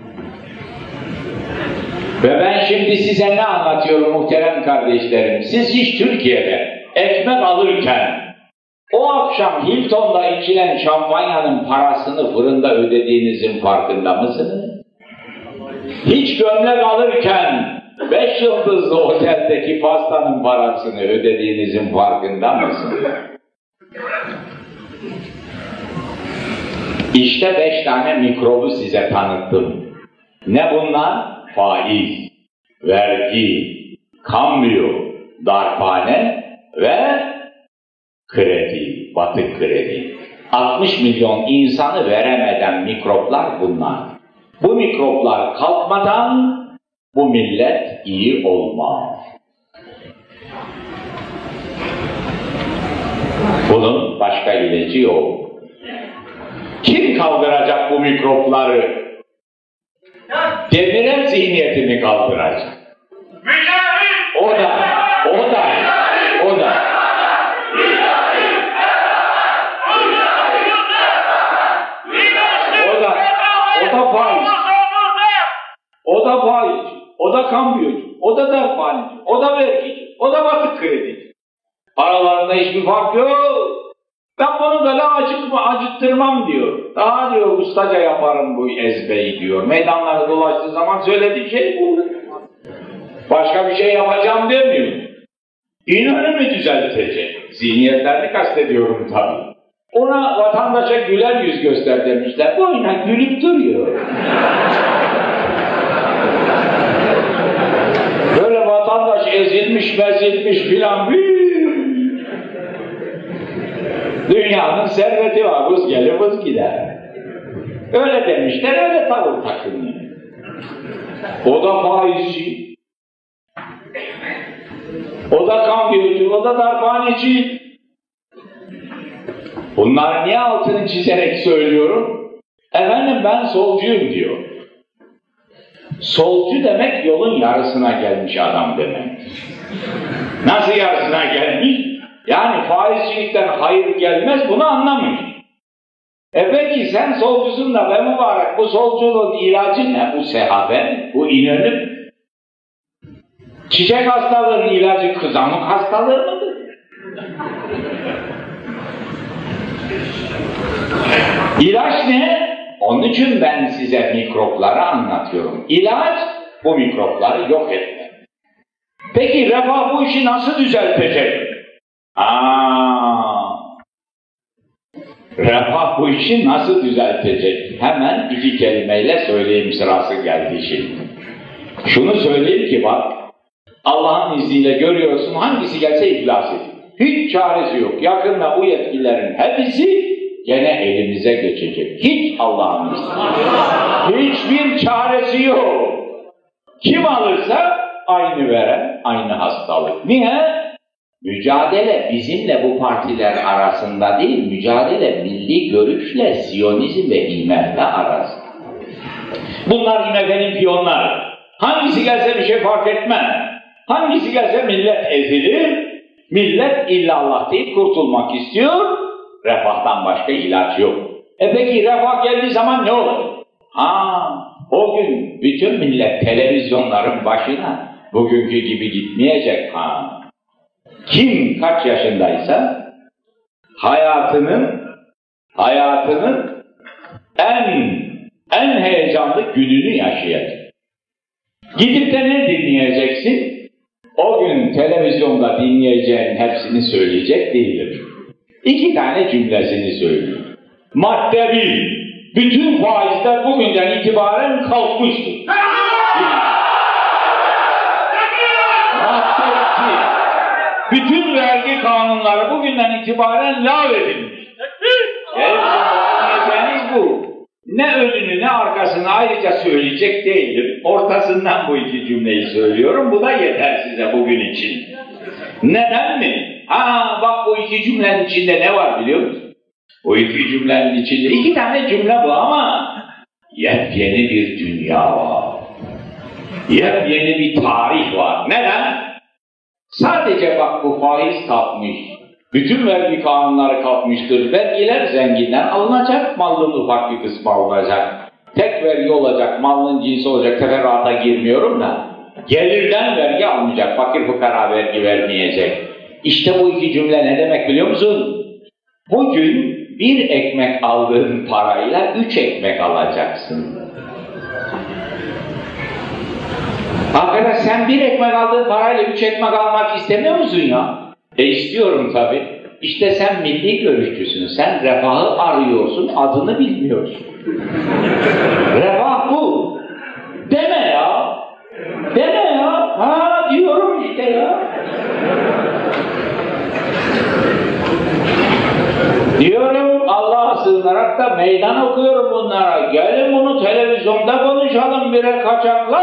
Ve ben şimdi size ne anlatıyorum muhterem kardeşlerim? Siz hiç Türkiye'de ekmek alırken o akşam Hilton'da içilen şampanyanın parasını fırında ödediğinizin farkında mısınız? Hiç gömlek alırken 5 yıldızlı oteldeki pastanın parasını ödediğinizin farkında mısınız? İşte 5 tane mikrobu size tanıttım. Ne bunlar? Faiz, vergi, kambiyo, darphane ve kredi, batık kredi. 60 milyon insanı veremeden mikroplar bunlar. Bu mikroplar kalkmadan bu millet iyi olmaz. Bunun başka ilacı yok. Kim kaldıracak bu mikropları? Demirel zihniyetini kaldıracak. O da. Faiz, o da kambiyocu, o da darphaneci, o da vergici, o da batık kredici. Aralarında hiçbir fark yok. Ben bunu böyle acıttırmam diyor. Daha diyor ustaca yaparım bu ezbeyi diyor. Meydanlarda dolaştığı zaman söylediği şey bu. Başka bir şey yapacağım demiyor. İnönümü düzeltecek. Zihniyetlerini kastediyorum tabii. Ona vatandaşa güler yüz göster demişler. Boyuna gülüp duruyor. Böyle vatandaş ezilmiş, mezilmiş filan. Dünyanın serveti var, vız gelir vız gider. Öyle demişler, öyle tavır takınıyor. O da faizci. O da kambiyocu, o da darphaneci. Bunları niye altını çizerek söylüyorum? Efendim ben solcuyum diyor. Solcu demek yolun yarısına gelmiş adam demek. Nasıl yarısına gelmiş? Yani faizcilikten hayır gelmez, bunu anlamış. Peki sen solcusun da be mübarek, bu solculuğun ilacı ne? Bu sehabe, bu inönüm. Çiçek hastalığının ilacı kızamık hastalığı mıdır? İlaç ne? Onun için ben size mikropları anlatıyorum. İlaç, bu mikropları yok etmek. Peki refah bu işi nasıl düzeltecek? Refah bu işi nasıl düzeltecek? Hemen iki kelimeyle söyleyeyim, sırası geldi şimdi. Şunu söyleyeyim ki bak, Allah'ın izniyle görüyorsun, hangisi gelse iflas ediyor. Hiç çaresi yok. Yakında bu yetkilerin hepsi gene elimize geçecek. Hiç Allah'ın izniyle. Hiçbir çaresi yok. Kim alırsa aynı veren, aynı hastalık. Niye? Mücadele bizimle bu partiler arasında değil, mücadele milli görüşle, Siyonizm ve IMF arasında. Bunlar IMF'nin piyonları. Hangisi gelse bir şey fark etmez. Hangisi gelse millet ezilir, millet illallah deyip kurtulmak istiyor, refahtan başka ilaç yok. Peki refah geldiği zaman ne olur? O gün bütün millet televizyonların başına bugünkü gibi gitmeyecek. Kim kaç yaşındaysa hayatının en heyecanlı gününü yaşayacak. Gidip de ne dinleyeceksin? O gün televizyonda dinleyeceğin hepsini söyleyecek değilim. 2 tane cümlesini söyleyeyim. Madde 1. Bütün faizler bugünden itibaren kalkmıştır. Madde 2. Bütün vergi kanunları bugünden itibaren lağvedilmiştir. Televizyonda bu. Ne önünü ne arkasını ayrıca söyleyecek değilim. Ortasından bu 2 cümleyi söylüyorum. Bu da yeter size bugün için. Neden mi? Bak bu 2 cümlenin içinde ne var biliyor musun? O 2 cümlenin içinde 2 tane cümle bu ama yepyeni bir dünya var. Yepyeni bir tarih var. Neden? Sadece bak bu faiz kalkmış. Bütün vergi kanunları kalkmıştır. Vergiler zenginden alınacak, malın ufak bir kısmı alınacak. Tek vergi olacak, malın cinsi olacak, teferruata girmiyorum da. Gelirden vergi almayacak, fakir fukara vergi vermeyecek. İşte bu 2 cümle ne demek biliyor musun? Bugün 1 ekmek aldığın parayla 3 ekmek alacaksın. Arkadaş sen 1 ekmek aldığın parayla 3 ekmek almak istemiyor musun ya? İstiyorum tabii. İşte sen milli görüşçüsün. Sen refahı arıyorsun, adını bilmiyorsun. Refah bu. Deme ya. Deme ya. Diyorum işte ya. Diyorum Allah'a sığınarak da meydan okuyorum bunlara. Gelin bunu televizyonda konuşalım birer kaçaklar.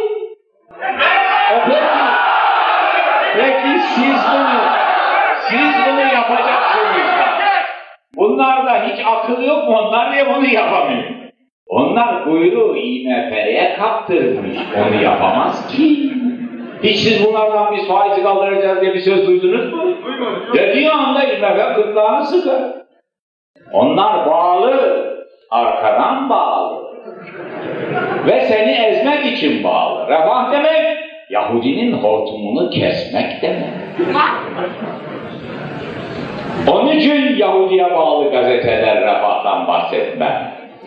Peki siz bunu yapacaksınız. Bunlarda hiç akıl yok mu? Onlar niye bunu yapamıyor? Onlar kuyruğu IMF'ye kaptırmış. Onu yapamaz ki. Hiç siz bunlardan biz faizi kaldıracağız diye bir söz duydunuz mu? Dediği anda IMF gırtlağını sıkar. Onlar bağlı. Arkadan bağlı. Ve seni ezmek için bağlı. Refah demek, Yahudinin hortumunu kesmek demek. Onun için Yahudi'ye bağlı gazeteler refahtan bahsetmez.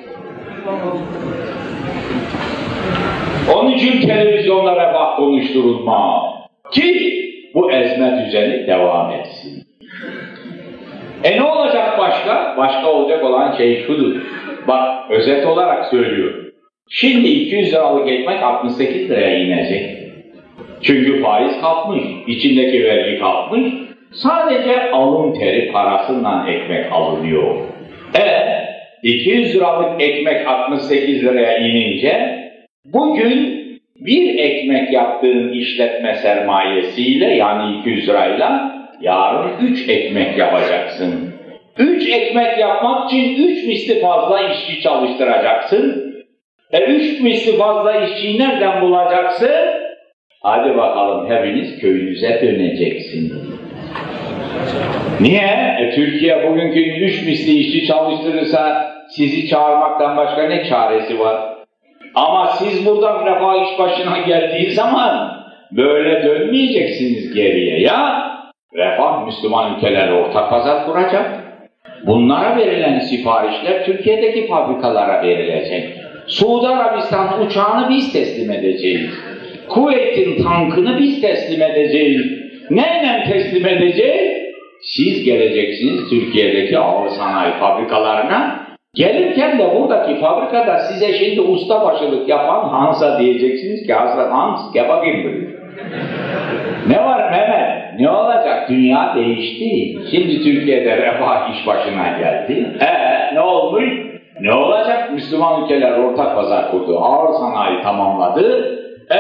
Onun için televizyonda refah konuşturulmaz. Ki bu ezme düzeni devam etsin. Ne olacak başka? Başka olacak olan şey şudur. Bak özet olarak söylüyorum. Şimdi 200 liralık ekmek 68 liraya inecek. Çünkü faiz kalkmış, içindeki vergi kalkmış. Sadece alın teri parasından ekmek alınıyor. 200 liralık ekmek 68 liraya inince bugün 1 ekmek yaptığın işletme sermayesiyle yani 200 lirayla yarın 3 ekmek yapacaksın. 3 ekmek yapmak için 3 misli fazla işçi çalıştıracaksın. 3 misli fazla işçiyi nereden bulacaksın? Hadi bakalım hepiniz köyünüze döneceksiniz. Niye? Türkiye bugünkü 3 misli işçi çalıştırırsa sizi çağırmaktan başka ne çaresi var? Ama siz buradan refah iş başına geldiği zaman böyle dönmeyeceksiniz geriye ya. Refah Müslüman ülkeler ortak pazar kuracak. Bunlara verilen siparişler Türkiye'deki fabrikalara verilecek. Suudi Arabistan uçağını biz teslim edeceğiz. Kuveyt'in tankını biz teslim edeceğiz. Neyle teslim edeceğiz? Siz geleceksiniz Türkiye'deki ağır sanayi fabrikalarına. Gelirken de buradaki fabrikada size şimdi ustabaşılık yapan Hans'a diyeceksiniz ki Hans gel bakayım buraya. Ne var Mehmet? Ne olacak? Dünya değişti. Şimdi Türkiye'de refah iş başına geldi. Ne olmuş? Ne olacak? Müslüman ülkeler ortak pazar kurdu. Ağır sanayi tamamladı.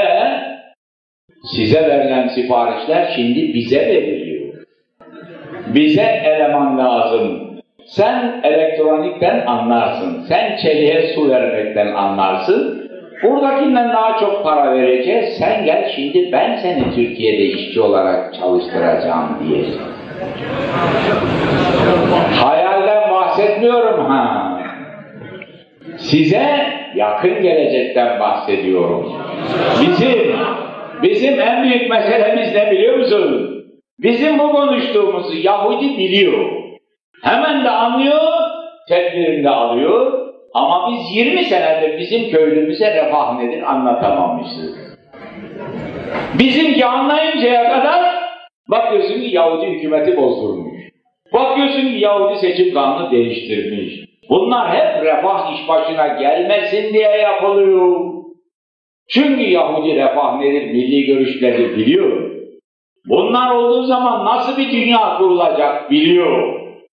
Size verilen siparişler şimdi bize veriliyor. Bize eleman lazım. Sen elektronikten anlarsın. Sen çeliğe su vermekten anlarsın. Buradakinden daha çok para vereceğiz. Sen gel şimdi ben seni Türkiye'de işçi olarak çalıştıracağım diye. Hayalden bahsetmiyorum ha. Size yakın gelecekten bahsediyorum. Bizim en büyük meselemiz ne biliyor musun? Bizim bu konuştuğumuzu Yahudi biliyor. Hemen de anlıyor, tedbirini alıyor. Ama biz 20 senedir bizim köylümüze refah nedir anlatamamışız. Bizimki anlayıncaya kadar bakıyorsun ki Yahudi hükümeti bozdurmuş. Bakıyorsun ki Yahudi seçim kanunu değiştirmiş. Bunlar hep refah iş başına gelmesin diye yapılıyor. Çünkü Yahudi refah nedir, milli görüşleri biliyor. Bunlar olduğu zaman nasıl bir dünya kurulacak biliyor.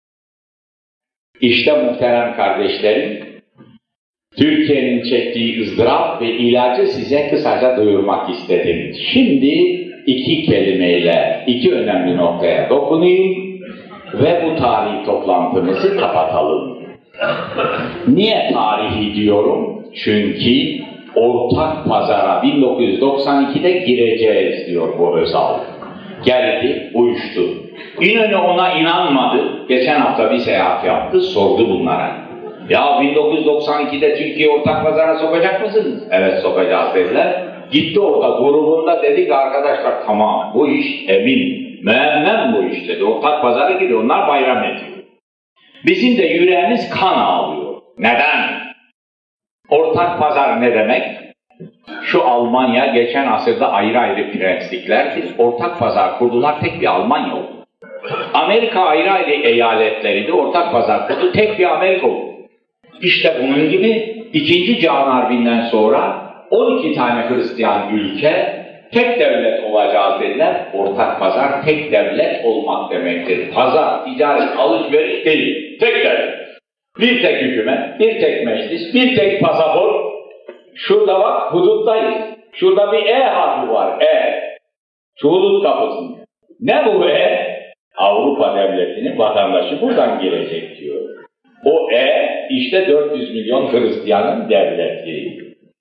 İşte muhterem kardeşlerim, Türkiye'nin çektiği ızdırap ve ilacı size kısaca duyurmak istedim. Şimdi iki kelimeyle iki önemli noktaya dokunayım ve bu tarihi toplantımızı kapatalım. Niye tarihi diyorum? Çünkü ortak pazara 1992'de gireceğiz diyor bu Özal. Geldi, uyuştu. İnönü ona inanmadı. Geçen hafta bir seyahat yaptı, sordu bunlara. Ya 1992'de Türkiye ortak pazara sokacak mısınız? Evet sokacağız dediler. Gitti orada grubunda dedi ki arkadaşlar tamam bu iş emin. Müemmem bu iş dedi. Ortak pazara gidiyor. Onlar bayram ediyor. Bizim de yüreğimiz kan ağlıyor. Neden? Ortak pazar ne demek? Şu Almanya geçen asırda ayrı ayrı prensliklerdi. Ortak pazar kurdular, tek bir Almanya oldu. Amerika ayrı ayrı eyaletleriydi, ortak pazar kurdu, tek bir Amerika oldu. İşte bunun gibi 2. Cihan Harbi'nden sonra 12 tane Hristiyan ülke tek devlet olacağız dediler. Ortak pazar tek devlet olmak demektir. Pazar, ticaret, alışveriş değil. Tek devlet. Bir tek hükümet, bir tek meclis, bir tek pasaport. Şurada bak huduttayız. Şurada bir harfi var. Şu hudut kapısında. Ne bu Avrupa devletinin vatandaşı buradan girecek diyor. O işte 400 milyon Hristiyanın devleti.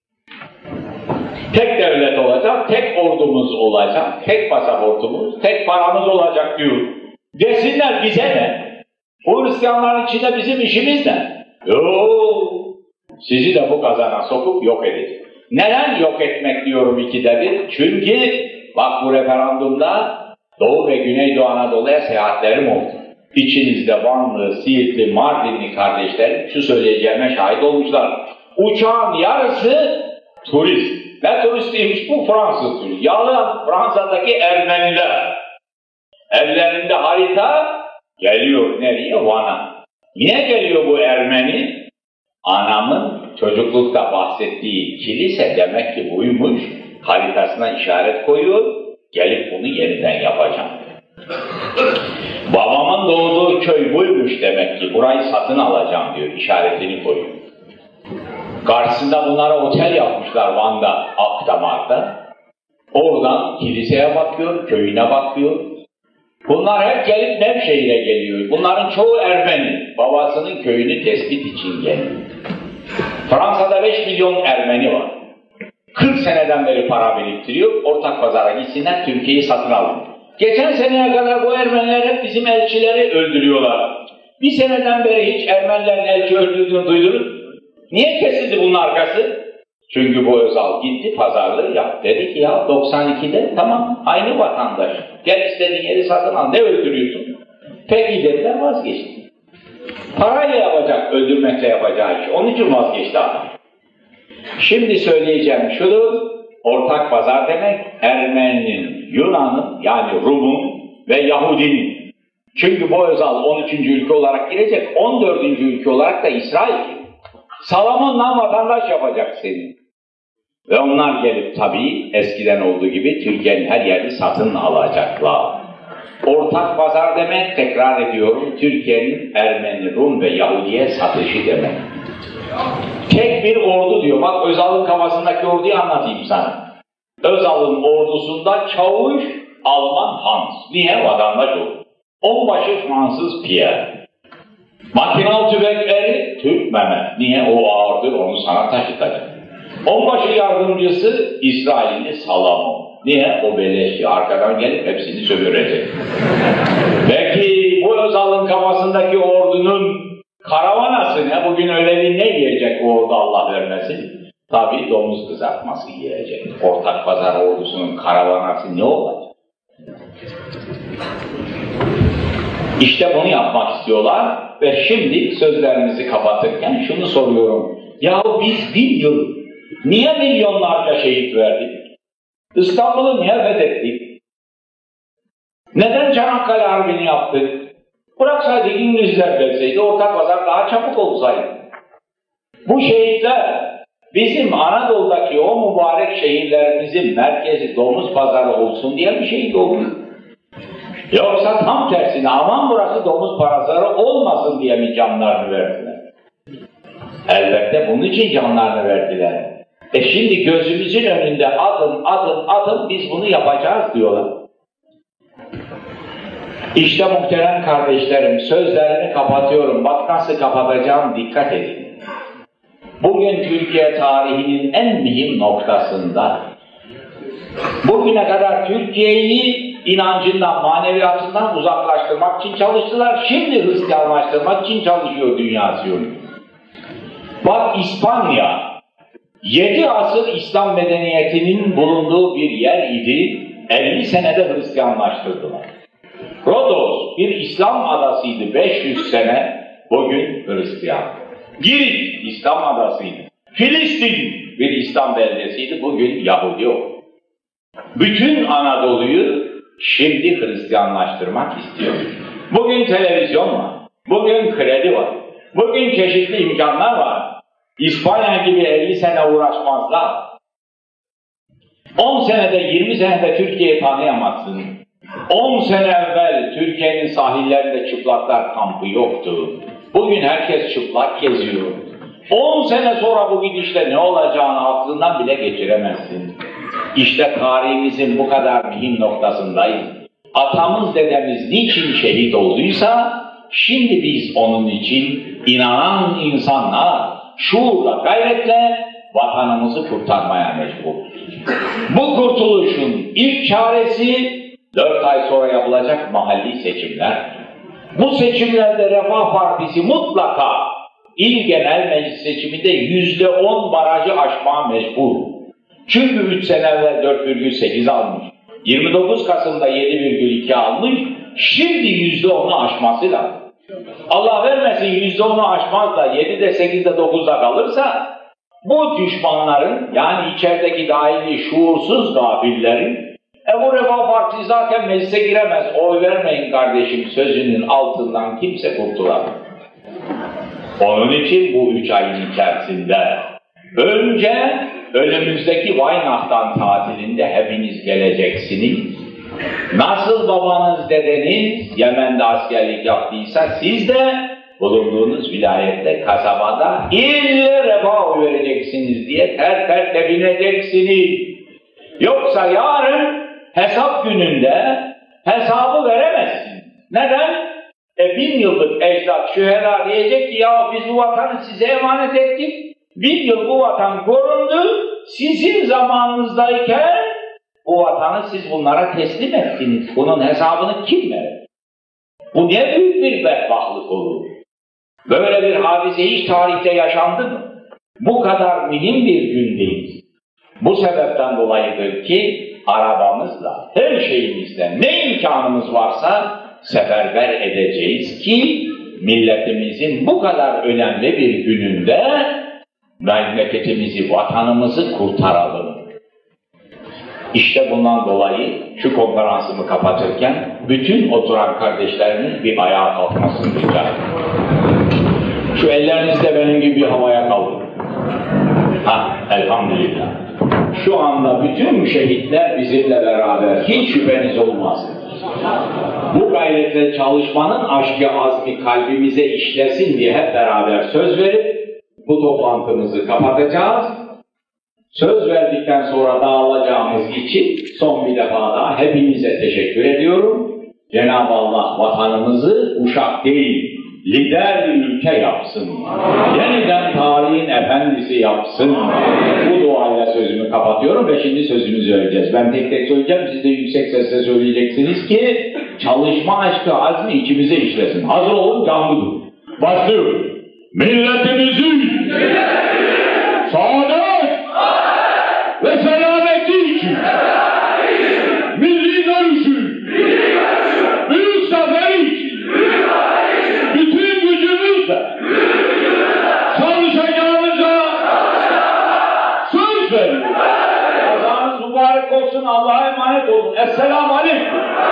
Tek devlet olacak, tek ordumuz olacak, tek pasaportumuz, tek paramız olacak diyor. Desinler bize ne? O Hristiyanların içinde bizim işimiz ne? Yok. Sizi de bu kazana sokup yok edecek. Neden yok etmek diyorum ikide bir? Çünkü bak bu referandumda Doğu ve Güneydoğu Anadolu'ya seyahatlerim oldu. İçinizde Vanlı, Siirtli, Mardinli kardeşlerim şu söyleyeceğime şahit olmuşlar. Uçağın yarısı turist. Ne turistiymiş bu? Fransız turist. Yalan Fransa'daki Ermeniler. Ellerinde harita geliyor nereye? Van'a. Niye geliyor bu Ermeni? Anamın çocuklukta bahsettiği kilise demek ki buymuş. Haritasına işaret koyuyor. Gelip bunu yeniden yapacağım. Babamın doğduğu köy buymuş demek ki. Burayı satın alacağım diyor. İşaretini koyuyor. Karşısında bunlara otel yapmışlar Van'da, Akdamar'da. Oradan kiliseye bakıyor, köyüne bakıyor. Bunlar hep gelip Nevşehir'e geliyor. Bunların çoğu Ermeni. Babasının köyünü tespit için geliyor. Fransa'da 5 milyon Ermeni var. 40 seneden beri para biriktiriyor. Ortak pazara gitsinler, Türkiye'yi satın alın. Geçen seneye kadar bu Ermeniler hep bizim elçileri öldürüyorlar. Bir seneden beri hiç Ermenilerin elçi öldürdüğünü duydunuz. Niye kesildi bunun arkası? Çünkü bu Özal gitti pazarlığı yaptı. Dedi ki ya 92'de tamam aynı vatandaş. Gel istediğin yeri satın al. Ne öldürüyorsun? Peki dediler, vazgeçti. Parayla yapacak, öldürmekle yapacağı iş. Onun için vazgeçti adam. Şimdi söyleyeceğim şudur. Ortak pazar demek Ermeninin, Yunan'ın yani Rum'un ve Yahudinin. Çünkü bu Özal 13. ülke olarak girecek, 14. ülke olarak da İsrail. Salamon'la vatandaş yapacak seni. Ve onlar gelip tabii eskiden olduğu gibi Türkiye'nin her yerini satın alacaklar. Ortak pazar demek, tekrar ediyorum, Türkiye'nin Ermeni, Rum ve Yahudi'ye satışı demek. Tek bir ordu diyor. Bak Özal'ın kafasındaki orduyu anlatayım sana. Özal'ın ordusunda çavuş Alman Hans. Niye? Vatandaş olur. Onbaşı Fransız Pierre. Makinalı tüfekleri Türk Mehmet. Niye? O ağırdır, onu sana taşıtacak. Onbaşı yardımcısı İsrailli Salamon. Niye? O beleşçi arkadan gelip hepsini sömürecek. Peki bu Özal'ın kafasındaki ordunun karavanası ne? Bugün öğlenin ne yiyecek o ordu Allah vermesin? Tabii domuz kızartması yiyecek. Ortak pazar ordusunun karavanası ne olacak? İşte bunu yapmak istiyorlar ve şimdi sözlerimizi kapatırken şunu soruyorum. Yahu biz 1 yıl niye milyonlarca şehit verdik? İstanbul'u niye fethettik? Neden Çanakkale Harbi'ni yaptık? Bıraksaydık İngilizler gelseydi, ortak pazar daha çabuk olsaydı. Bu şehitler bizim Anadolu'daki o mübarek şehirlerimizin merkezi domuz pazarı olsun diye bir şehit oldu. Yoksa tam tersine aman burası domuz pazarı olmasın diye mi canlarını verdiler? Elbette bunun için canlarını verdiler. Şimdi gözümüzün önünde adım biz bunu yapacağız diyorlar. İşte muhterem kardeşlerim, sözlerimi kapatıyorum. Bak nasıl kapatacağım, dikkat edin. Bugün Türkiye tarihinin en mühim noktasında, bugüne kadar Türkiye'yi inancından, maneviyatından uzaklaştırmak için çalıştılar. Şimdi Hristiyanlaştırmak için çalışıyor dünya Siyonu. Bak İspanya, 7 asır İslam medeniyetinin bulunduğu bir yer idi, 50 senede Hristiyanlaştırdılar. Rodos bir İslam adasıydı 500 sene, bugün Hristiyan. Girit İslam adasıydı. Filistin bir İslam beldesiydi, bugün Yahudi o. Bütün Anadolu'yu şimdi Hristiyanlaştırmak istiyor. Bugün televizyon var, bugün kredi var, bugün çeşitli imkanlar var. İspanya gibi 50 sene uğraşmazlar. 10 senede, 20 senede Türkiye'yi tanıyamazsın. 10 sene evvel Türkiye'nin sahillerinde çıplaklar kampı yoktu. Bugün herkes çıplak geziyor. 10 sene sonra bu gidişle ne olacağını aklından bile geçiremezsin. İşte tarihimizin bu kadar mühim noktasındayız. Atamız, dedemiz niçin şehit olduysa, şimdi biz onun için inanan insanlar şuurla, gayretle vatanımızı kurtarmaya mecburuz. Bu kurtuluşun ilk çaresi 4 ay sonra yapılacak mahalli seçimler. Bu seçimlerde Refah Partisi mutlaka İl Genel Meclis seçiminde %10 barajı aşmaya mecbur. Çünkü 3 sene evvel 4,8 almış. 29 Kasım'da 7,2 almış. Şimdi %10'u aşması lazım. Allah vermesin %10'u aşmaz da 7'de 8'de 9'da kalırsa bu düşmanların, yani içerideki dahili şuursuz gafillerin bu Refah Partisi zaten meclise giremez, oy vermeyin kardeşim sözünün altından kimse kurtulamaz. Onun için bu 3 ayın içerisinde önce önümüzdeki Weihnachten tatilinde hepiniz geleceksiniz. Nasıl babanız, dedeniz Yemen'de askerlik yaptıysa siz de bulunduğunuz vilayette, kasabada ille Refah oy vereceksiniz diye ter tepineceksiniz. Yoksa yarın hesap gününde hesabı veremezsin. Neden? 1000 yıllık ecdat şühera diyecek ki ya biz bu vatanı size emanet ettik. 1000 yıl bu vatan korundu. Sizin zamanınızdayken bu vatanı siz bunlara teslim ettiniz. Bunun hesabını kim verir? Bu ne büyük bir bedbahtlık olur. Böyle bir hadise hiç tarihte yaşandı mı? Bu kadar mühim bir gündeyiz. Bu sebepten dolayıdır ki arabamızla, her şeyimizle ne imkanımız varsa seferber edeceğiz ki milletimizin bu kadar önemli bir gününde memleketimizi, vatanımızı kurtaralım. İşte bundan dolayı şu konferansımı kapatırken bütün oturan kardeşlerimin bir ayağa kalkmasını rica ediyorum. Şu ellerinizle benim gibi havaya kaldırın. Elhamdülillah. Şu anda bütün şehitler bizimle beraber, hiç şüpheniz olmasın. Bu gayretle çalışmanın aşkı azmi kalbimize işlesin diye hep beraber söz verip bu toplantımızı kapatacağız. Söz verdikten sonra dağılacağımız için son bir defa daha hepinize teşekkür ediyorum. Cenab-ı Allah vatanımızı uşak değil, lider bir ülke yapsın. Yeniden tarihin efendisi yapsın. Bu duayla sözümü kapatıyorum ve şimdi sözümüzü söyleyeceğiz. Ben tek tek söyleyeceğim, siz de yüksek sesle söyleyeceksiniz ki çalışma aşkı azmi içimize işlesin. Hazır olun, canlı durun. Başlıyoruz. Milletimizin saadet ve selameti için milli görüşü büyük zafer için bütün gücümüzle çalışacağımıza söz verin. Kazanız mübarek olsun, Allah'a emanet olun. Esselamu Aleyküm.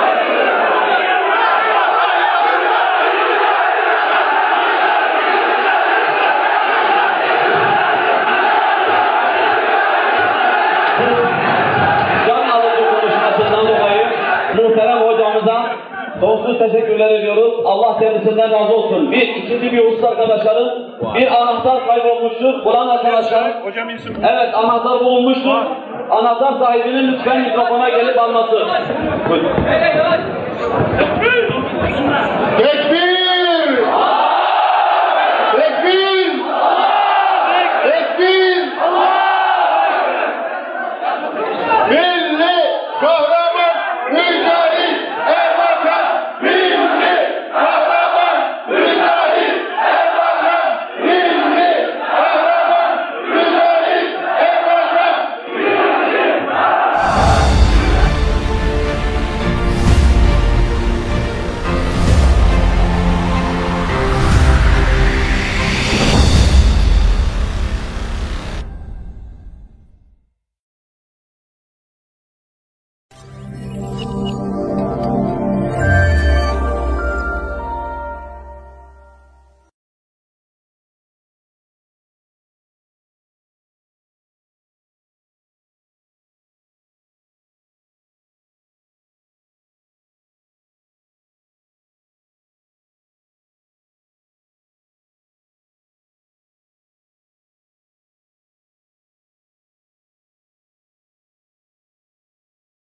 Muhterem hocamıza sonsuz teşekkürler ediyoruz. Allah kendisinden razı olsun. İkinci bir husus arkadaşlarım. Bir anahtar kaybolmuştur. Bulan arkadaşlar. Evet, anahtar bulunmuştur. Anahtar sahibinin lütfen mikrofona gelip alması. Buyurun. Tekbir!